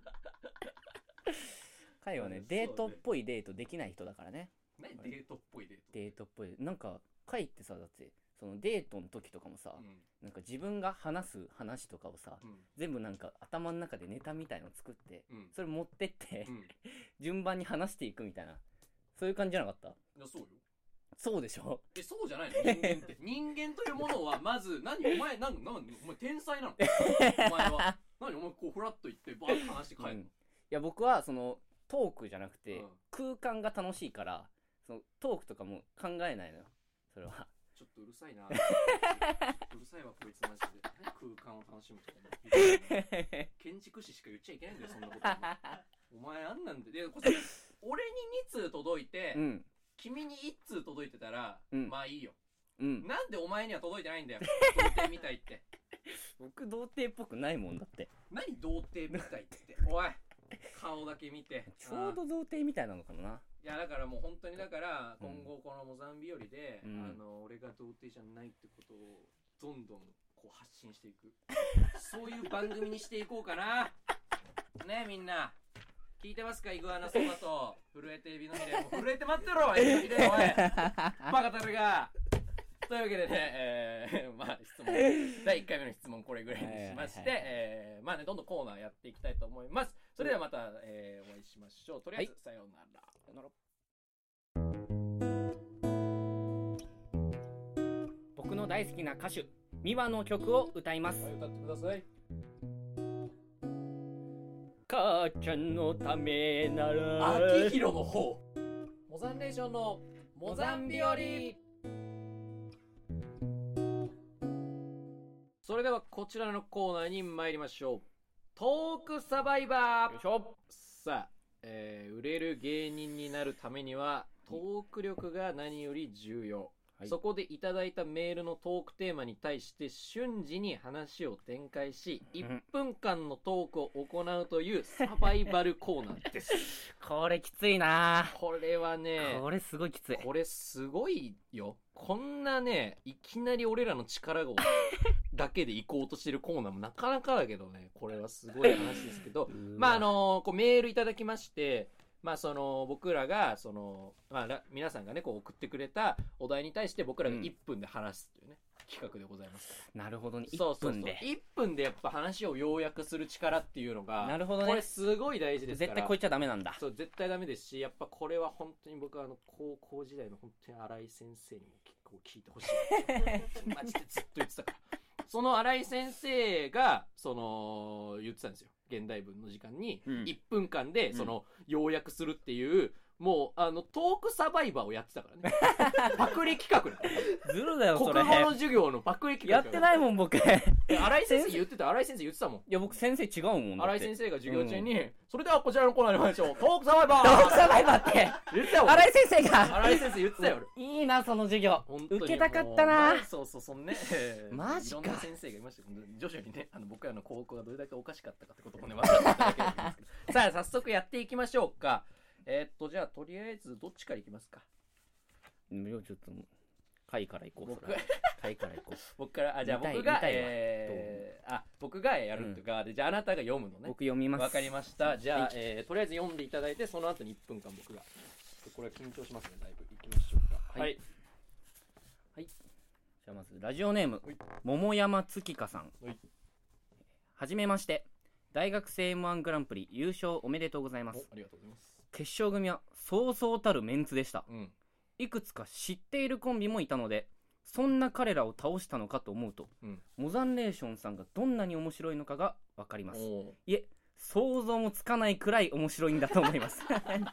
彼はね、デートっぽいデートできない人だからね。 何デートっぽいデート。 デートっぽいなんか回ってさ、だってそのデートの時とかもさ、うん、なんか自分が話す話とかをさ、うん、全部なんか頭の中でネタみたいの作って、うん、それ持ってって、うん、順番に話していくみたいな、そういう感じじゃなかった？いや、そうよ。 そうでしょ？ え、そうじゃないの？人間って人間というものはまず何お前何何お前天才なの？お前は何お前こうフラッと行ってバーッと話して帰るの？うん、いや僕はそのトークじゃなくて、うん、空間が楽しいからそのトークとかも考えないのよ。それはちょっとうるさいな。うるさいわこいつマジで。空間を楽しむとかね。建築士しか言っちゃいけないんだよそんなこと。お前あんなんで、でこれ俺にに通届いて、うん、君にいち通届いてたら、うん、まあいいよ、うん、なんでお前には届いてないんだよ童貞みたいって。 僕童貞っぽくないもんだって。 何童貞みたいっておい顔だけ見てちょうど童貞みたいなのかもな。 いやだからもう本当にだから今後このモザンビオリで、うん、あの俺が童貞じゃないってことをどんどんこう発信していくそういう番組にしていこうかな。ねえみんな聞いてますか？イグアナソバと震えてエビのみでもう震えて待ってろエビでおいバカタルが。というわけでね、えー、まあ質問だいいっかいめの質問これぐらいにしまして、えー、まあねどんどんコーナーやっていきたいと思います。それではまた、えー、お会いしましょう。とりあえず、はい、さようなら。さようなら。僕の大好きな歌手ミワの曲を歌います。 はい、歌ってください。 母ちゃんのためなら。 秋広の方。モザンレーションのモザンビオリ。それではこちらのコーナーに参りましょう。トークサバイバー。よいしょ。さあ、えー、売れる芸人になるためにはトーク力が何より重要。はい、そこでいただいたメールのトークテーマに対して瞬時に話を展開し、いっぷんかんのトークを行うというサバイバルコーナーです。 これきついな。 これはね、 これすごいきつい。 これすごいよ。こんなね、いきなり俺らの力がだけで行こうとしてるコーナーもなかなかだけどね、これはすごい話ですけど、まああのー、こうメールいただきまして、まあその僕らがそのまあ皆さんがねこう送ってくれたお題に対して僕らがいっぷんで話すというね、うん、企画でございます。 なるほどね。いっぷんで。 そうそうそう。いっぷんでやっぱ話を要約する力っていうのが、なるほどね。これすごい大事ですから。 絶対こいつはダメなんだ。 そう絶対ダメですし、やっぱこれは本当に僕はあの高校時代の本当に新井先生にも結構聞いてほしい。マジでずっと言ってたから。その新井先生がその言ってたんですよ。現代文の時間にいっぷんかんでその要約するっていう、もうあのトークサバイバーをやってたからね。パクリ企画だから。 ずるだよそれ。 国語の授業のパクリ企画。 やってないもん僕。 新井先生言ってた。新井先生言ってたもん。いや僕先生違うもん。 新井先生が授業中に、うん、それではこちらのコーナーに参りましょう。トークサバイバー。 トークサバイバーって言ってたよ。 新井先生が。 新井先生言ってたよ。 いいなその授業。受けたかったな。 そうそうそんね。 マジか。 いろんな先生がいましたけど、徐々にね、あの僕らの高校がどれだけおかしかったかってこともね分かっていただければいいんですけど。さあ早速やっていきましょうか。えー、っとじゃあとりあえずどっちからいきますか。 ちょっと回からいこう。僕回からいこう。 僕からあじゃあ僕がえー、あ僕がやるって側で、うん、じゃああなたが読むのね。 僕読みます。 わかりました。じゃあ、えー、とりあえず読んでいただいてその後にいっぷんかん僕が。これ緊張しますねだいぶ。いきましょうか。はい。はい。 はい、じゃあまずラジオネーム桃山月香さん。はい。はじめまして。大学生 エムワン グランプリ優勝おめでとうございます。 ありがとうございます。 決勝組はそうそうたるメンツでした、うん、いくつか知っているコンビもいたのでそんな彼らを倒したのかと思うと、 うん、 モザンレーションさんがどんなに面白いのかが分かります。 おいえ、想像もつかないくらい面白いんだと思います知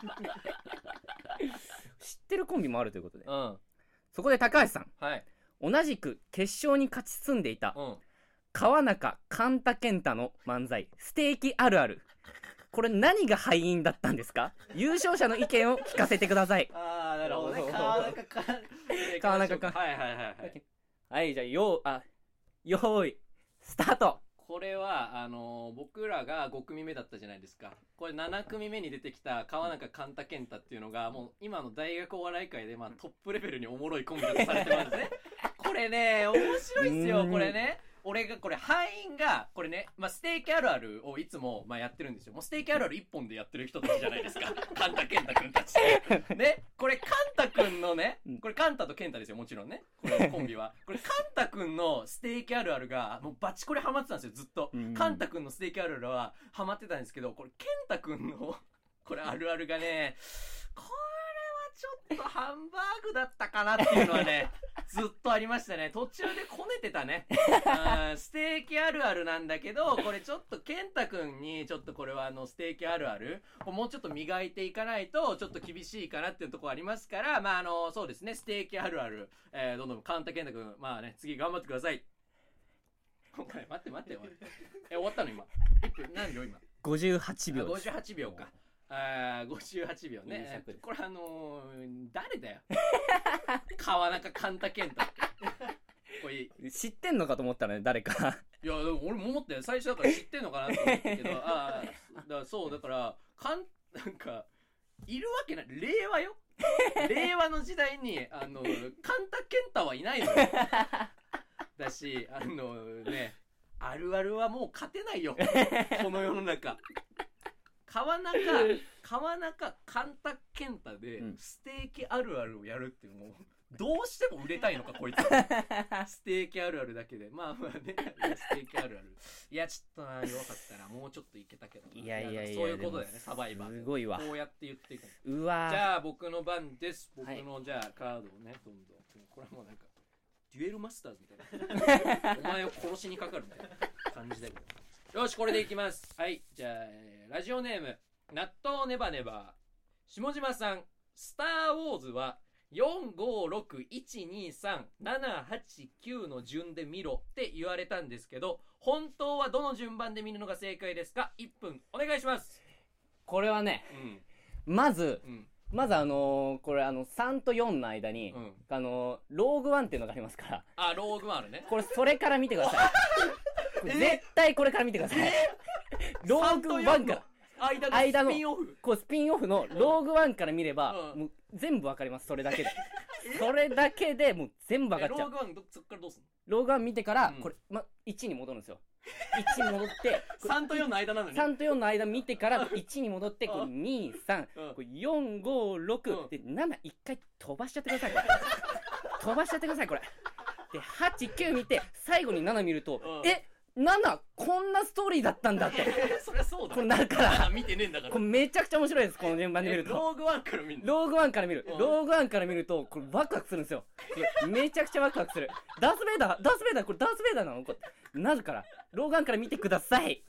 ってるコンビもあるということで、 うん、 そこで高橋さん、 はい、 同じく決勝に勝ち進んでいた、 うん、 川中寛太健太の漫才ステーキあるある、これ何が敗因だったんですか？優勝者の意見を聞かせてください。 ああ、なるほどね。 そう川中か川中かはいはいはいはいはい、じゃあよーあよーいスタート。 これはあのー、僕らがご組目だったじゃないですか。これなな組目に出てきた川中寛太健太っていうのがもう今の大学お笑い界でまあトップレベルにおもろいコンビだとされてますねこれね面白いっすよ。これね、俺がこれ敗因がこれね、まあ、ステーキあるあるをいつもまあやってるんですよ。もうステーキあるある一本でやってる人たちじゃないですかカンタケンタ君たちね。これカンタ君のね、これカンタとケンタですよ、もちろんね、このコンビは。これカンタ君のステーキあるあるがもうバチコレハマってたんですよ、ずっと。カンタ君のステーキあるあるはハマってたんですけど、これケンタ君のこれあるあるがね、これはちょっとハンバーグだったかなっていうのはねずっとありましたね。途中でこねてたねあステーキあるあるなんだけど、これちょっと健太くんにちょっとこれはあのステーキあるあるもうちょっと磨いていかないとちょっと厳しいかなっていうところありますから、まああのそうですね、ステーキあるある、えー、どんどんカンタ健太くん、まあね、次頑張ってください。お前待って待って、お前え終わったの今いっぷん何秒今ごじゅうはちびょうです。 ごじゅうはちびょうか。あごじゅうはちびょうね。これあのー、誰だよ川中寛太健太ってこれ知ってんのかと思ったらね、誰かいや俺も思って最初だから知ってんのかなと思ったけどああだからそうだからかんなんかいるわけない、令和よ令和の時代にあの寛太健太はいないのよだしあのね、あるあるはもう勝てないよこの世の中。川中川中寛太健太でステーキあるあるをやるっていうのもどうしても売れたいのかこいつステーキあるあるだけでまあまあね、ステーキあるあるいやちょっとな弱かったな、もうちょっといけたけどな。 いやいやいや、 そういうことだよね、サバイバーすごいわ。 こうやって言っていくの。 うわじゃあ僕の番です。僕のじゃあカードをねどんどん、これはもうなんかデュエルマスターズみたいなお前を殺しにかかるみたいな感じだけどよしこれでいきます。はい、じゃあ、えー、ラジオネーム納豆ネバネバ下島さん、スターウォーズはよんごろくいちにさんななはちきゅうの順で見ろって言われたんですけど、本当はどの順番で見るのが正解ですか？いっぷんお願いします。 これはね、 うん、 まず、 うん、 まずあのー、これあのさんとよんの間に、 うん、 あのー、ローグワンっていうのがありますから、 あ、ローグワンあるね。 これそれから見てください絶対これから見てくださいローグワンから間のスピンオフ、 こうスピンオフのローグワンから見れば、 うん、 もう全部わかります。それだけでそれだけでもう全部わかっちゃう。 ローグワンどそっからどうすんの？ ローグワン見てから、 うん、 これ、ま、いちに戻るんですよ。いちに戻ってさんとよんの間なのにさんとよんの間見てからいちに戻ってこうにさん、 うん、 これよんごろく、うん、でなないっかい飛ばしちゃってください。これ飛ばしちゃってください。これではちきゅう見て最後になな見ると、うん、えななこんなストーリーだったんだってそりゃそうだ、 これなるからなな見てねえんだから。 これめちゃくちゃ面白いです。この順番で見るとローグワンから見るローグワンから見る、うん、ローグワンから見るとこれワクワクするんですよ。めちゃくちゃワクワクする。ダースベイダーダースベイダーこれダースベイダーなのこれなるからローグワンから見てください。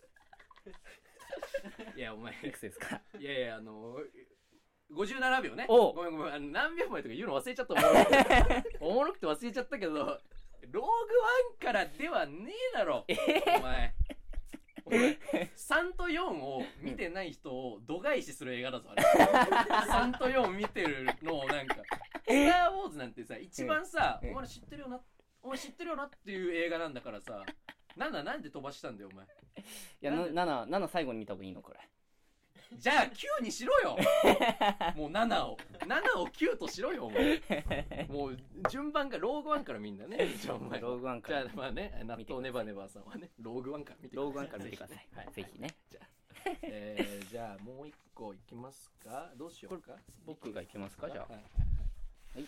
いやお前いくつですか？ いやいやあのーごじゅうななびょうね。 おごめんごめん、あの何秒前とか言うの忘れちゃったおもろくて忘れちゃったけどローグワンからではねえだろ、えー、お前お前さんとよんを見てない人を度外視する映画だぞあれさんとよん見てるのをなんかスターウォーズなんてさ一番さ、お前知ってるよなお前知ってるよなっていう映画なんだからさ、なななんで飛ばしたんだよお前。いやなななな最後に見た方がいいのこれ。 じゃあきゅうにしろよもうななをななをきゅうとしろよお前もう順番がローグワンから見んだね。じゃあお前ローグワンから。 じゃあまあね、納豆ネバネバさんはねローグワンから見てください。 ローグワンから見てください。はい、ぜひね。 じゃあ、えー、じゃあもう一個いきますか。どうしようか。 僕がいきますか。じゃあはいはい、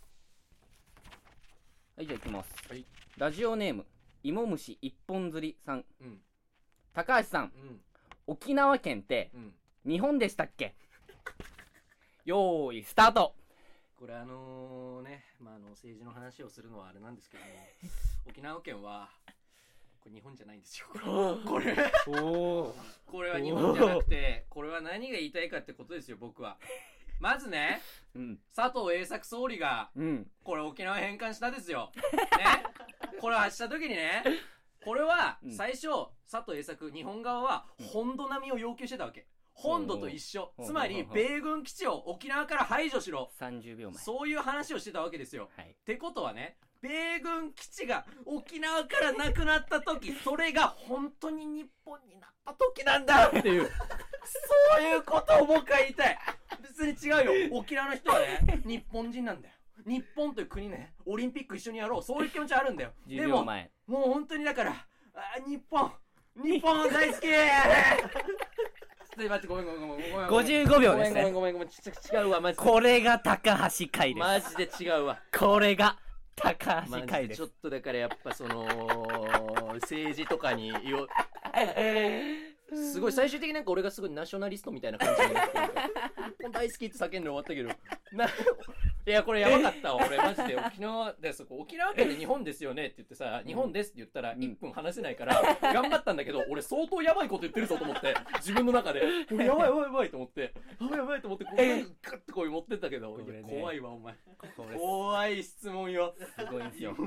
はい、じゃあいきます、 はい、 ラジオネーム芋虫一本釣りさん、 うん、 高橋さん、うん、沖縄県って、うん、日本でしたっけよーいスタート。 これあのね、まあ、あの政治の話をするのはあれなんですけども沖縄県はこれ日本じゃないんですよこれおこれは日本じゃなくて、これは何が言いたいかってことですよ。僕はまずね、うん、佐藤栄作総理が、うん、これ沖縄返還したですよねこれを発した時にね、これは最初、うん、佐藤栄作日本側は本土並みを要求してたわけ。本土と一緒、つまり米軍基地を沖縄から排除しろ、 さんじゅうびょうまえ、 そういう話をしてたわけですよ、はい、ってことはね、米軍基地が沖縄からなくなった時、それが本当に日本になった時なんだっていうそういうことを僕は言いたい。別に違うよ、沖縄の人はね日本人なんだよ。日本という国ね、オリンピック一緒にやろう、そういう気持ちあるんだよでももう本当にだから、あ、日本日本大好き待って、ごめんごめんごめんごめん、 ごじゅうごびょうですね。 ごめんごめんごめん、ち違うわマジで。 これが高橋海です。 マジで違うわ。 これが高橋海です。 ちょっとだからやっぱその政治とかによすごい最終的になんか俺がすごいナショナリストみたいな感じになってる。日本大好きって叫んで終わったけどないやこれやばかったわ俺マジで。沖縄でそこ沖縄県で日本ですよねって言ってさ、日本ですって言ったらいっぷん話せないから頑張ったんだけど、俺相当やばいこと言ってるぞと思って自分の中でこれやばいやばいやばいと思ってやばいやばいと思ってこうガッとこう持ってったけど、いや怖いわお前、怖い質問よ。 すごいんですよ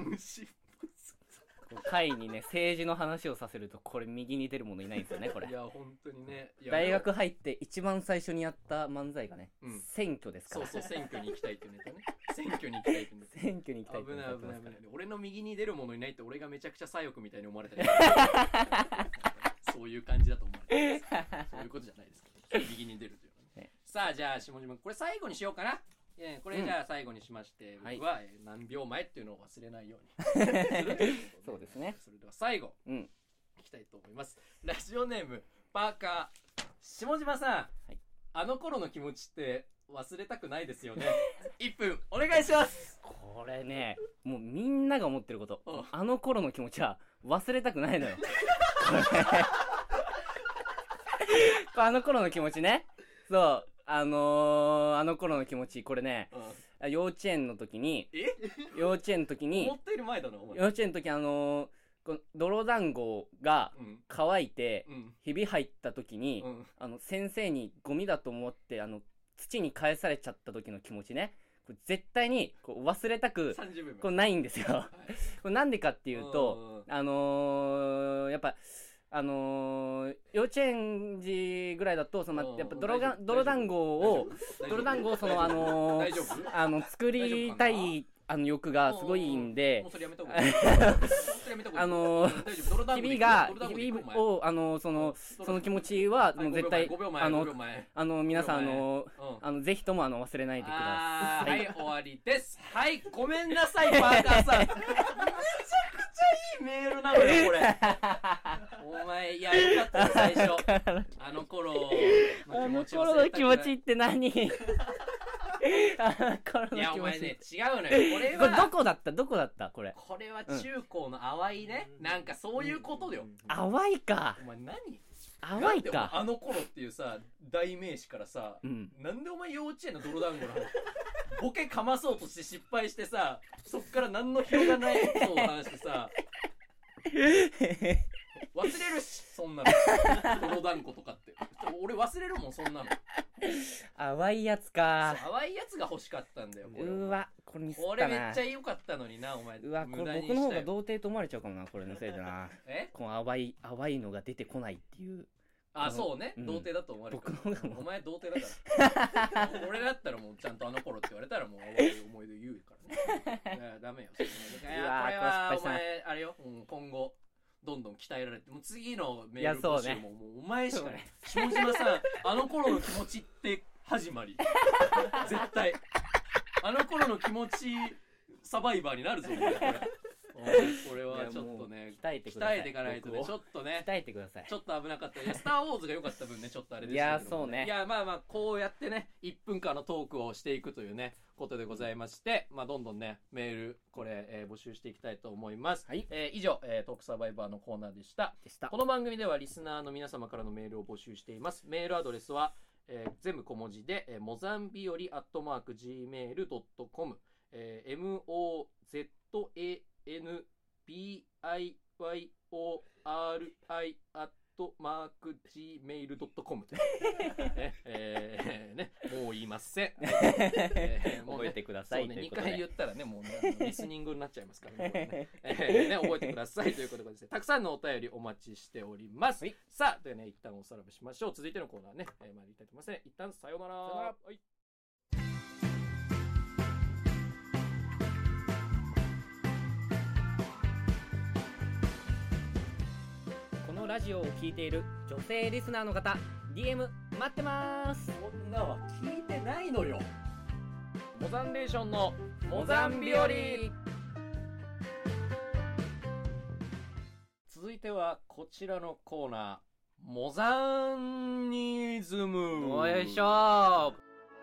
会にね政治の話をさせるとこれ右に出る者いないんですよねこれ。 いや本当にね、 大学入って一番最初にやった漫才がね、うん、選挙ですから。 そうそう、選挙に行きたいっていうネタね選挙に行きたいっていうネタ選挙に行きたいって危ない危ない危ない。俺の右に出る者いないって俺がめちゃくちゃ左翼みたいに思われたりそういう感じだと思われてそういうことじゃないですけど右に出るというのはね。さあじゃあ下島これ最後にしようかな。これじゃあ最後にしまして、うん、僕は何秒前っていうのを忘れないようにするというそうですね。 それでは最後、うん、いきたいと思います。ラジオネームパーカー下島さん、はい、あの頃の気持ちって忘れたくないですよねいっぷんお願いします。 これねもうみんなが思ってること、うん、あの頃の気持ちは忘れたくないのよあの頃の気持ちね、そうあのー、あの頃の気持ちこれね、うん、幼稚園の時に幼稚園の時に思っている前だなお前。 幼稚園の時あのー、この泥団子が乾いて、うん、ひび入った時に、うん、あの先生にゴミだと思ってあの土に返されちゃった時の気持ちね、これ絶対にこう忘れたくこれないんですよ、はい、これなんでかっていうとあのー、やっぱあのー、幼稚園児ぐらいだとそのやっぱ泥が泥団子を泥団子をそのあのー、あの作りたいあの欲がすごいんで、あのー、ひびがひびをあのー、そのその気持ちはもう絶対あのあの皆さんあのあのぜひともあの忘れないでください。 はい終わりです。はいごめんなさいパーカーさんめちゃくちゃいいメールなのよこれお前いやよかった最初あの頃あの頃の気持ちって何あの頃の気持ち。いやお前ね違うのよこれは。 これどこだったどこだったこれ。 これは中高の淡いね、うん、なんかそういうことだよ、うん、 淡いか。 お前何淡いか。 あの頃っていうさ代名詞からさ、うん、なんでお前幼稚園の泥団子なのボケかまそうとして失敗してさそっから何の広がないことを話してさ忘れるしそんなの泥団子とかって俺忘れるもんそんなの。 淡いやつか。 淡いやつが欲しかったんだよこれ。 うわこれミスったな。 これめっちゃ良かったのになお前。 うわこれ僕の方が童貞と思われちゃうかもなこれのせいでなえこの淡い淡いのが出てこないっていう。 あそうね、うん、童貞だと思われる。 僕の方がお前童貞だから俺だったらもうちゃんとあの頃って言われたらもう淡い思い出言うからねダメよ。いやこれはお前あれよ、うん、今後どんどん鍛えられてもう次のメール募集も、ね、もうお前しかね下島さんあの頃の気持ちって始まり絶対あの頃の気持ちサバイバーになるぞお前これこれはちょっとね鍛えてください。 鍛えていかないとねちょっとね鍛えてください。 ちょっと危なかった。いやスターウォーズが良かった分ねちょっとあれでしたけど、ね、いやそうね。 いやまあまあこうやってねいっぷんかんのトークをしていくというねことでございまして、まあどんどんねメールこれ、えー、募集していきたいと思います。はい。えー、以上、えー、トークサバイバーのコーナーでした。でした。この番組ではリスナーの皆様からのメールを募集しています。メールアドレスはえー、全部小文字で、えー、モザンビオリアットマーク ジーメールドットコム、えー、エムオーゼットエーエヌビーアイワイオーアールアイアットマーク ジーメールドットコム ええー、ね、もう言いません、えー、もうね、 覚えてください、 そうね、 ということでにかい言ったらね、もうね、リスニングになっちゃいますからね、ねえー、ね、覚えてくださいということでですね、たくさんのお便りお待ちしております、はい、さあ、ではね、一旦おさらばしましょう。続いてのコーナーね、えー、参りたいと思いますね。一旦さようなら。さようなら。はい。 このラジオを聞いている女性リスナーの方、 ディーエム 待ってます。 女は聞いてないのよ。モザンレーションのモザンビオリ。続いてはこちらのコーナー、モザンニズム。 よいしょ。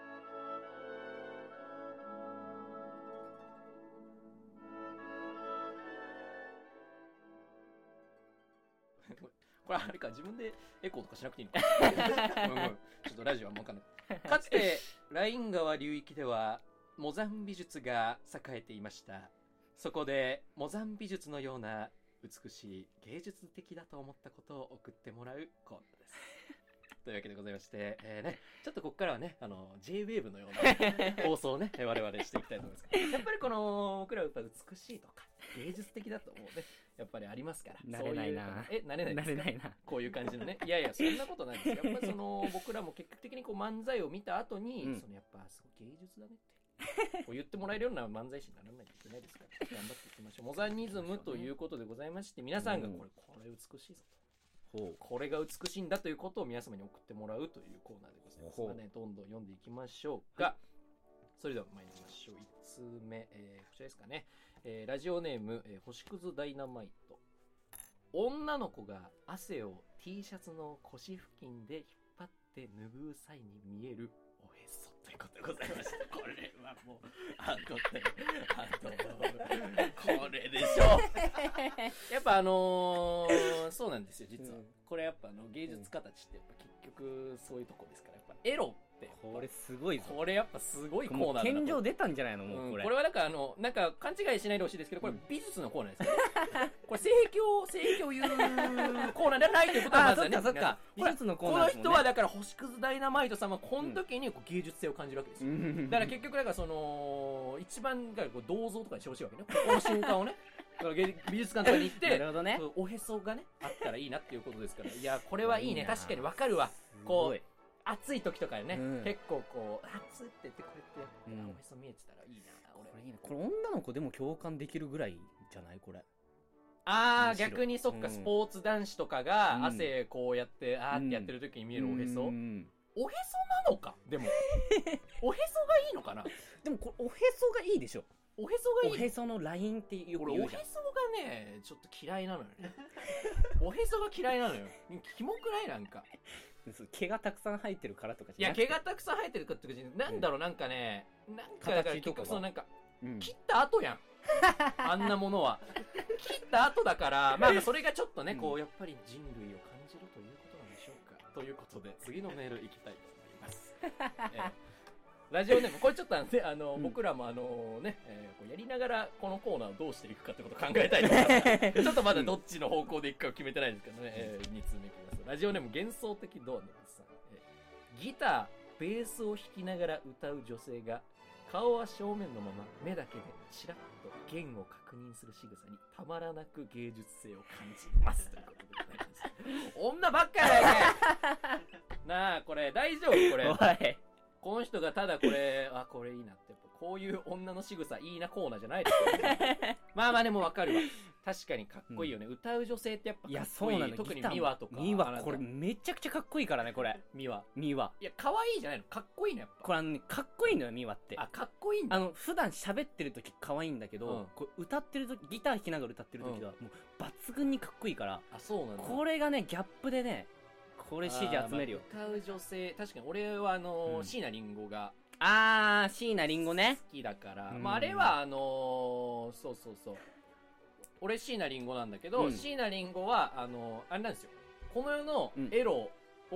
これあれか、自分でエコーとかしなくていいのか、うんうん、ちょっとラジオはもうかんない。かつてライン川流域ではモザン美術が栄えていました。そこでモザン美術のような美しい芸術的だと思ったことを送ってもらうコーナーですというわけでございまして、えーね、ちょっとここからはね、あの ジェイウェーブ のような放送をね我々していきたいと思いますけど、やっぱりこの僕らは美しいとか芸術的だと思うね、やっぱりありますから。 なれないな。 そういう、え、なれないですか？ なれないな。 こういう感じのね。いやいや、そんなことないですよ。やっぱりその僕らも結局的にこう漫才を見た後に、うん、そのやっぱすごい芸術だねってこう言ってもらえるような漫才師にならないといけないですから、頑張っていきましょう。モザニズムということでございまして、皆さんがこれ、これ美しいぞと、これが美しいんだということを皆様に送ってもらうというコーナーでございます。まあね、どんどん読んでいきましょうが、それでは参りましょう。いちつめ、えー、こちらですかね。えー、ラジオネーム、えー、星屑ダイナマイト。女の子が汗を T シャツの腰付近で引っ張って拭う際に見えるおへそということでございました。これはもう、あとね、あと、これでしょ。やっぱあのー、そうなんですよ、実は。うん、これやっぱあの芸術家たちってやっぱ結局そういうとこですから、やっぱエロってこれすごいぞ。 これやっぱすごいコーナーだな。 天井出たんじゃないのもうこれ、 うん、これはなんかあのなんか勘違いしないでほしいですけど、これ美術のコーナーですから、ね、これ性癖を性癖を言うコーナーではないということはまずはね。 あ、そっかそっか。美術のコーナーですもんね。 この人はだから星屑ダイナマイトさんはこの時にこう芸術性を感じるわけですよ、うん、だから結局だからその一番がこう銅像とかにしてほしいわけね、ここの瞬間をね。だから美術館とかに行ってなるほど、ね、 おへそがねあったらいいなっていうことですから、いやこれはいいね、確かにわかるわ。こう暑い時とかね、うん、結構こう暑って言ってこうやってやって、うん、おへそ見えてたらいいな。俺これいいね。これ女の子でも共感できるぐらいじゃないこれ。 ああ逆にそっか、うん、スポーツ男子とかが汗こうやって、うん、あーってやってる時に見えるおへそ、うん、おへそなのか。でもおへそがいいのかな。 でもこれおへそがいいでしょ。 おへそがいい。 おへそのラインってよく言うじゃん。 俺おへそがねちょっと嫌いなのよねおへそが嫌いなのよ。キモくない？なんか毛がたくさん生えてるからとかじゃなくて。いや毛がたくさん生えてるからとかじゃなんだろう、なんかね、なんかだから結局そのなんか、うん、切った後やんあんなものは切った後だから、まあそれがちょっとね、こうやっぱり人類を感じるということなんでしょうか。ということで次のメールいきたいと思います、えーラジオネームこれちょっとあの、ね、あの、うん、僕らもあのね、えー、こうやりながらこのコーナーをどうしていくかってことを考えたいと思いますちょっとまだどっちの方向でいくかを決めてないんですけどね、えー、につうめいきます。ラジオネーム幻想的ドアのさん、えー、ギターベースを弾きながら歌う女性が顔は正面のまま目だけでチラッと弦を確認する仕草にたまらなく芸術性を感じますということでございます女ばっかやないかいなあ、これ大丈夫？これおいこの人がただこれあこれいいなってやっぱこういう女の仕草いいなコーナーじゃないですよねまあまあでもわかるわ。確かにかっこいいよね、うん、歌う女性ってやっぱかっこいい。いやそうなの。特にミワとかミワこれめちゃくちゃかっこいいからね。これミワミワいや可愛いじゃないの、かっこいいのやっぱ。 これあの、ね、かっこいいのよミワって。 あかっこいいんだ。 あの普段喋ってる時可愛いんだけど、うん、これ歌ってる時ギター弾きながら歌ってる時は、うん、もう抜群にかっこいいから。 あそうなんだ。 これがねギャップでねこれ支持集めるよ。 まあ、歌う女性確かに俺はあのーうん、椎名林檎があー椎名林檎ね好きだから、うん、まああれはあのー、そうそうそう俺椎名林檎なんだけど、うん、椎名林檎はあのー、あれなんですよ、この世のエロを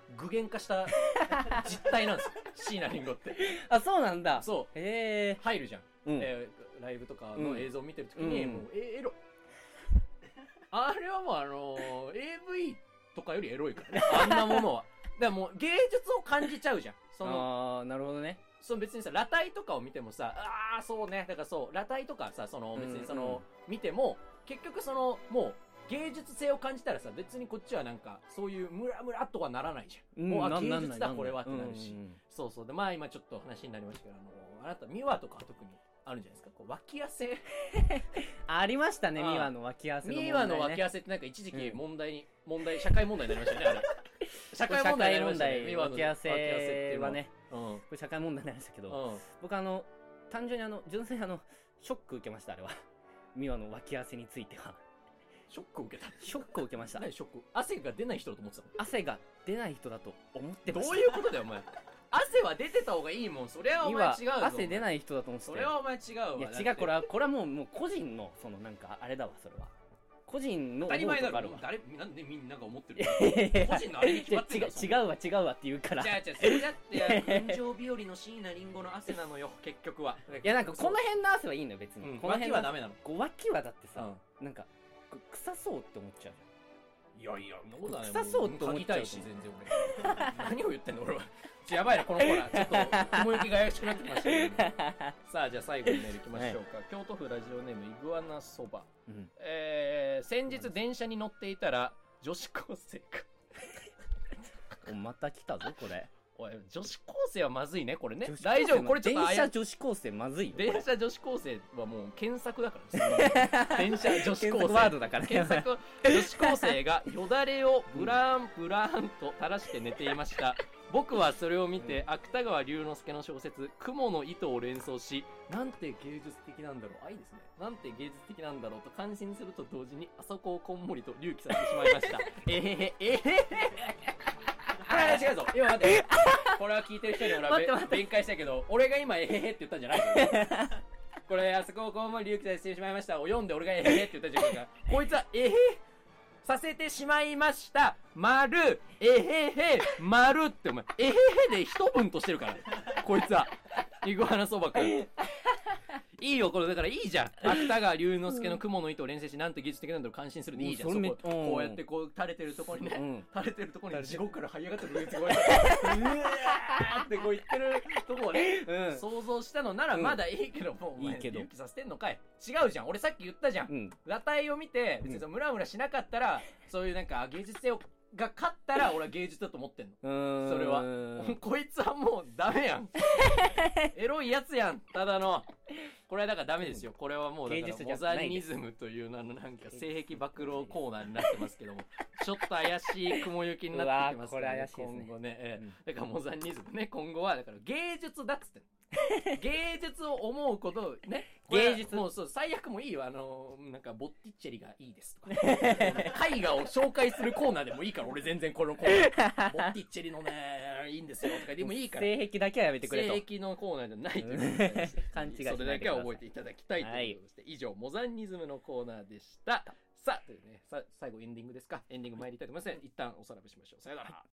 具現化した実態なんですよ椎名林檎って。 あ、そうなんだ。 そうへえ。 入るじゃん、 うんえー、ライブとかの映像を見てるときに、 うん、 もうエロあれはもうあのー、エーブイ とかよりエロいからねあんなものは。だからもう芸術を感じちゃうじゃん。そのあー、なるほどね。 その別にさ裸体とかを見てもさ、ああそうね、だからそう裸体とかさ、その別にその、うんうん、見ても結局そのもう芸術性を感じたらさ、別にこっちはなんかそういうムラムラとはならないじゃん、うん、もうあ芸術だこれはってなるし、うんうん、そうそう。でまあ今ちょっと話になりましたけど、あのあなたミワとか特にあるんじゃないですか、こう脇汗ありましたね、ミワの脇汗の問題、ね、 ミワの脇汗ってなんか一時期問題に、うん、問題社会問題になりましたよねあれ社会問題になりましたね、ミワの脇汗はね、 うん、これ社会問題になりましたけど、 うん、 僕あの単純にあの純粋にあのショック受けました。あれはミワの脇汗についてはショックを受けた。 ショックを受けました。 何ショック？汗が出ない人だと思ってたの？ 汗が出ない人だと思ってました。 どういうことだよお前汗は出てた方がいいもん。それはお前違うぞ。 汗出ない人だと思ってた。 それはお前違うわ。 いや違う、これはこれはもうもう個人のそのなんかあれだわ、それは個人の当たり前だろ。 る誰なんでみんなが思ってる個人のあれに決まってる違うわ違うわって言うから。 じゃあじゃあそれだって群青日和の椎名林檎の汗なのよ結局は。 いやなんかこの辺の汗はいいのよ別に、 うん、 この辺はダメなの。 脇はだってさ、 うん、 なんか臭そうって思っちゃう。 いやいや、そうだね。 臭そうって思っちゃうし、全然俺。何を言ってんの俺は。やばいな、このコーナー。ちょっと、雲行きが怪しくなってきましたけど、ね。さあ、じゃあ最後にメール行きましょうか。はい、京都府ラジオネーム、イグアナそば。うん、えー、先日電車に乗っていたら、女子高生が。 お、また来たぞ、これ。 おい、女子高生はまずいね、これね。大丈夫、これちょっと電車女子高生まずいよ。 電車女子高生はもう検索だから電車女子高生。 ワードだからね。 検索、女子高生がよだれをブラーンブラーンと垂らして寝ていました。僕はそれを見て、芥川龍之介の小説、雲の糸を連想し、なんて芸術的なんだろう。あ、いいですね。なんて芸術的なんだろうと感心すると同時に、あそこをこんもりと隆起させてしまいました。えへへ、えへへ。これは違うぞ。今待って。これは聞いてる人に俺は弁解したけど、俺が今えへへって言ったんじゃないぞ。これ、あそこをこんもり隆起させてしまいましたを読んで俺がえへへって言ったんじゃないか。こいつはえへへさせてしまいました。丸、えへへ、丸ってお前、えへへで一文としてるから。こいつは。イグアナそばくん。いいよ、これだからいいじゃん。芥川龍之介の雲の糸を連成し、なんて技術的なんだろう感心するでいいじゃん。そここうやってこう垂れてるところにね、うん、垂れてるところに地獄から這い上がってるやつがうわーってこう言ってるとこをね、うん、想像したのならまだいいけど、もうお前隆起させてんのかい。違うじゃん。俺さっき言ったじゃん。うん、裸体を見て別にムラムラしなかったら、そういうなんか芸術性をが勝ったら俺は芸術だと思ってんの。それはこいつはもうダメやん。エロいやつやん、ただの。これはだからダメですよ。これはもうだからモザニズムという名のなんか性癖暴露コーナーになってますけども、ちょっと怪しい雲行きになってきますからね、今後ね、えーうん、だからモザニズムね、今後はだから芸術だっつって芸術を思うことをね、芸術もうそう最悪もいいよ。あのなんかボッティッチェリがいいですとか絵画を紹介するコーナーでもいいから、俺全然このコーナーボッティッチェリのねいいんですよとかでもいいから、 性癖だけはやめてくれと。 性癖のコーナーじゃないという勘違いしないでください。 それだけは覚えていただきたいということで、はい、以上モザニズムのコーナーでした。さあというね、さ最後エンディングですか。エンディング参りたいと思います。一旦おさらばしましょう。さよなら。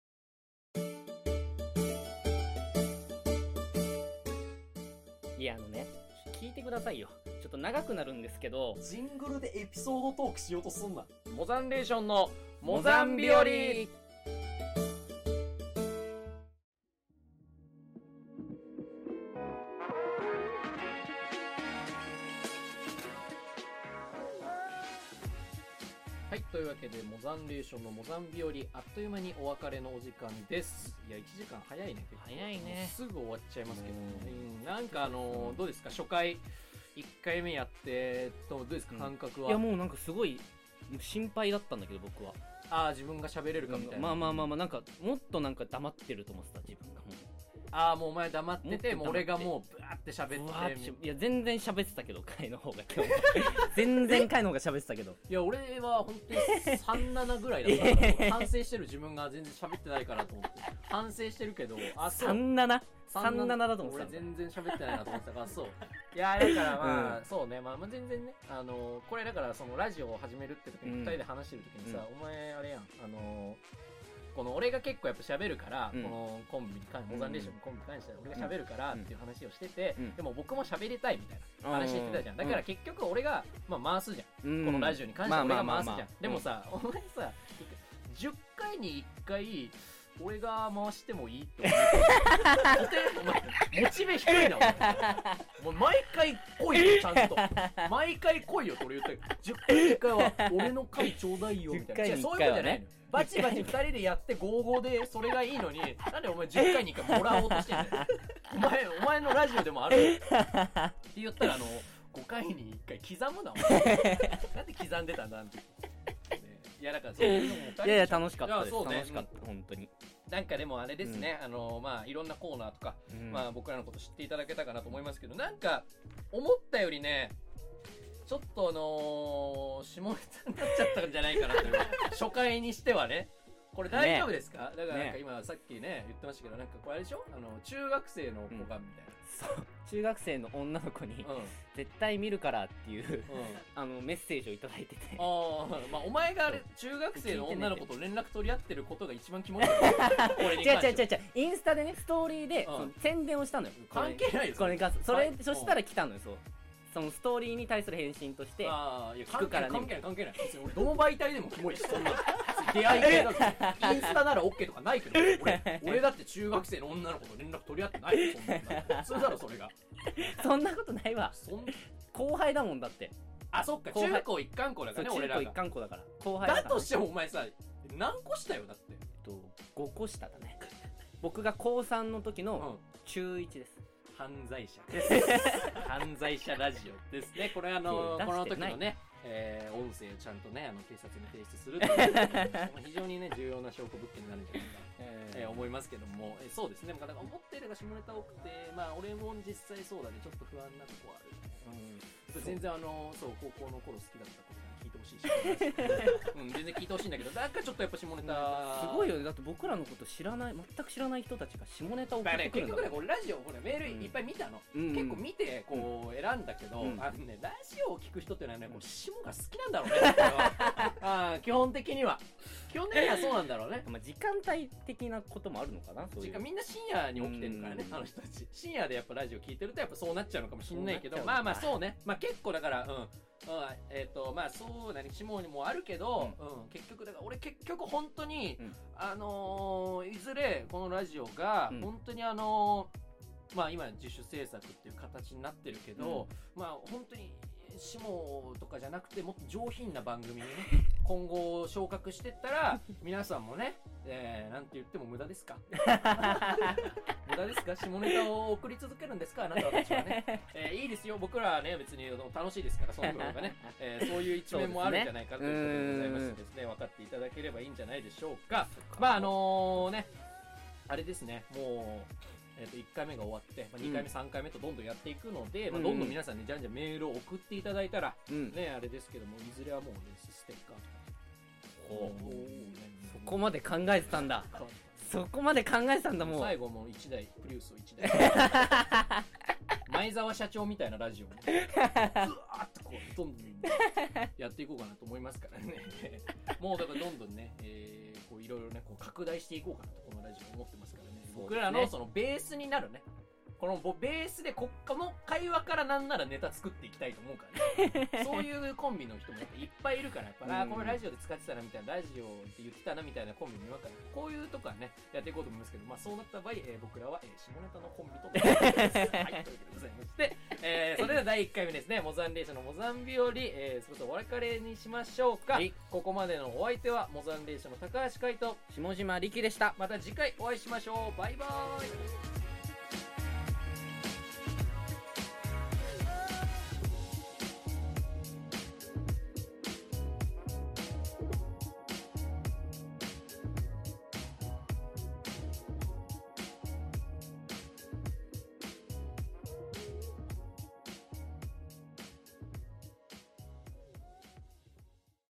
いやあのね、聞いてくださいよ。ちょっと長くなるんですけど、 ジングルでエピソードトークしようとすんな。モザンレーションのモザン日和。はい、というわけでモザンレーションのモザン日和、あっという間にお別れのお時間です。いやいちじかん早いね。 早いね。 すぐ終わっちゃいますけど、うん、なんかあのー、どうですか初回いっかいめやってどうですか感覚は。 いやもうなんかすごい心配だったんだけど僕は。 ああ自分が喋れるかみたいな、 まあまあまあまあなんかもっとなんか黙ってると思ってた自分が。 ああもうお前黙ってて、もう俺がもうブワーって喋っていや全然喋ってたけど回の方が今日全然回の方が喋ってたけどいや俺は本当にさんじゅうななぐらいだから反省してる自分が全然喋ってないからと思って反省してるけど、あそう さんじゅうなな?さんじゅうなな だと思ってた。俺全然喋ってないなと思ってたからそういやだからまあ、うん、そうね、まあ、まあ全然ねあのこれだからそのラジオを始めるって時にふたりで話してる時にさ、うん、お前あれやんあのこの俺が結構やっぱ喋るから、 うん、 このコンビに関モザンレーションのコンビに関しては俺が喋るからっていう話をしてて、 うん、 でも僕も喋りたいみたいな話してたじゃん。だから結局俺が、まあ、回すじゃん、うん、このラジオに関しては俺が回すじゃん、まあまあまあまあ、でもさ、うん、お前さじゅっかいにいっかい俺が回してもいいって思うお前モチベ低いなお前毎回来いよちゃんと毎回来いよと俺言ってじゅっかいにいっかいは俺の回ちょうだいよみたいな。そういうことじゃないのよ。バチバチふたりでやってゴーゴーでそれがいいのになんでお前じゅっかいにいっかいもらおうとしてんだよお前お前のラジオでもあるって言ったらあのごかいにいっかい刻むなお前なんで刻んでたんだっていやだからそういうのもいやいや楽しかったです、 そうね、 楽しかった本当に。 なんかでもあれですね、うん、あのまあいろんなコーナーとか、うん、まあ僕らのこと知っていただけたかなと思いますけど、なんか思ったよりねちょっとあのー、下ネタになっちゃったんじゃないかなという初回にしてはね。これ大丈夫ですか、ね、だからなんか今さっきね言ってましたけど、なんかこれあれでしょ、あの中学生の子がみたいな、うん、 そう中学生の女の子に、うん、絶対見るからっていう、うん、あのメッセージをいただいてて、 あ、まあ、お前があれ中学生の女の子と連絡取り合ってることが一番キモいこれに関して。 違う違う違う違う、インスタでねストーリーで、うん、その宣伝をしたのよ。 関係ないよこれがそれ、そしたら来たのよ。そうそのストーリーに対する返信として聞くからね。 関係ない関係ない。俺どの媒体でもキモいし、そんな出会い系だってインスタなら OK とかないけど俺, 俺だって中学生の女の子と連絡取り合ってないよ。そんな普通だろそれがそんなことないわ。そん後輩だもんだって。 あ、そっか、中高一貫校だからね。俺らが中高一貫校だから後輩だから、ね、 だとしてもお前さ何個下よ。だってとごこ下だね僕がこうさんの時の中いちです、 うん、犯罪者犯罪者ラジオですね。これあのこの時のね、えー、音声をちゃんとねあの警察に提出するという非常にね重要な証拠物件になるんじゃないかと、えーえー、思いますけども、えー、そうですね。だから思ってるが下ネタ多くて、まあ俺も実際そうだね、ちょっと不安なとこある、うん、全然あのそう高校の頃好きだったこと聞いてほしいし、うん、全然聞いてほしいんだけど、なんかちょっとやっぱ下ネタ、 すごいよね。だって僕らのこと知らない全く知らない人たちが下ネタを送ってくるんだから、ね、結局ねこれラジオこれメールいっぱい見たの、うん、結構見てこう選んだけど、うん、あのねラジオを聞く人っていうのはねこう下が好きなんだろうねあ基本的には基本的にはそうなんだろうね。 まあ時間帯的なこともあるのかな。そういうみんな深夜に起きてるからね、あの人たち深夜でやっぱラジオ聞いてるとやっぱそうなっちゃうのかもしれないけど、まあまあそうね、まあ結構だからうんうん、えっ、ー、とまあそうだね、下にもあるけど、うんうん、結局だから俺結局本当に、うん、あのー、いずれこのラジオが、うん、本当にあのー、まあ今自主制作っていう形になってるけど、うん、まあ本当に下とかじゃなくてもっと上品な番組にね今後昇格してったら皆さんもね、えー、なんて言っても無駄ですか無駄ですか、下ネタを送り続けるんですかあなたたちはね、えー、いいですよ僕らはね別に楽しいですから、その部分がね、えー、そういう一面もあるんじゃないかということでございますのでですね、分かっていただければいいんじゃないでしょうか。まああのー、ねあれですね、もうえー、といっかいめが終わって、まあ、にかいめ、うん、さんかいめとどんどんやっていくので、うんまあ、どんどん皆さんねじゃんじゃんメールを送っていただいたら、うん、ねあれですけども、いずれはもうねステッカーほう、ね、そこまで考えてたんだそこまで考えてたんだ。もう最後もういちだいプリウスをいちだい前澤社長みたいなラジオをねうわーっとこうどんどんやっていこうかなと思いますからねもうだからどんどんね、えー、こういろいろねこう拡大していこうかなとこのラジオ思ってますからね。僕らのそのベースになるね、このベースでここの会話からなんならネタ作っていきたいと思うからねそういうコンビの人もやっぱいっぱいいるから、やっぱ、うん、あこれラジオで使ってたなみたいな、ラジオって言ってたなみたいなコンビもいますから、こういうとこはねやっていこうと思いますけど、まあそうなった場合、えー、僕らは、えー、下ネタのコンビとなりますはい、ということでございまして、えー、それではだいいっかいめですね、モザンレーションのモザン日和、えー、そろそろお別れにしましょうか、はい、ここまでのお相手はモザンレーションの高橋海人、 下島力でした。 また次回お会いしましょう。バイバーイ。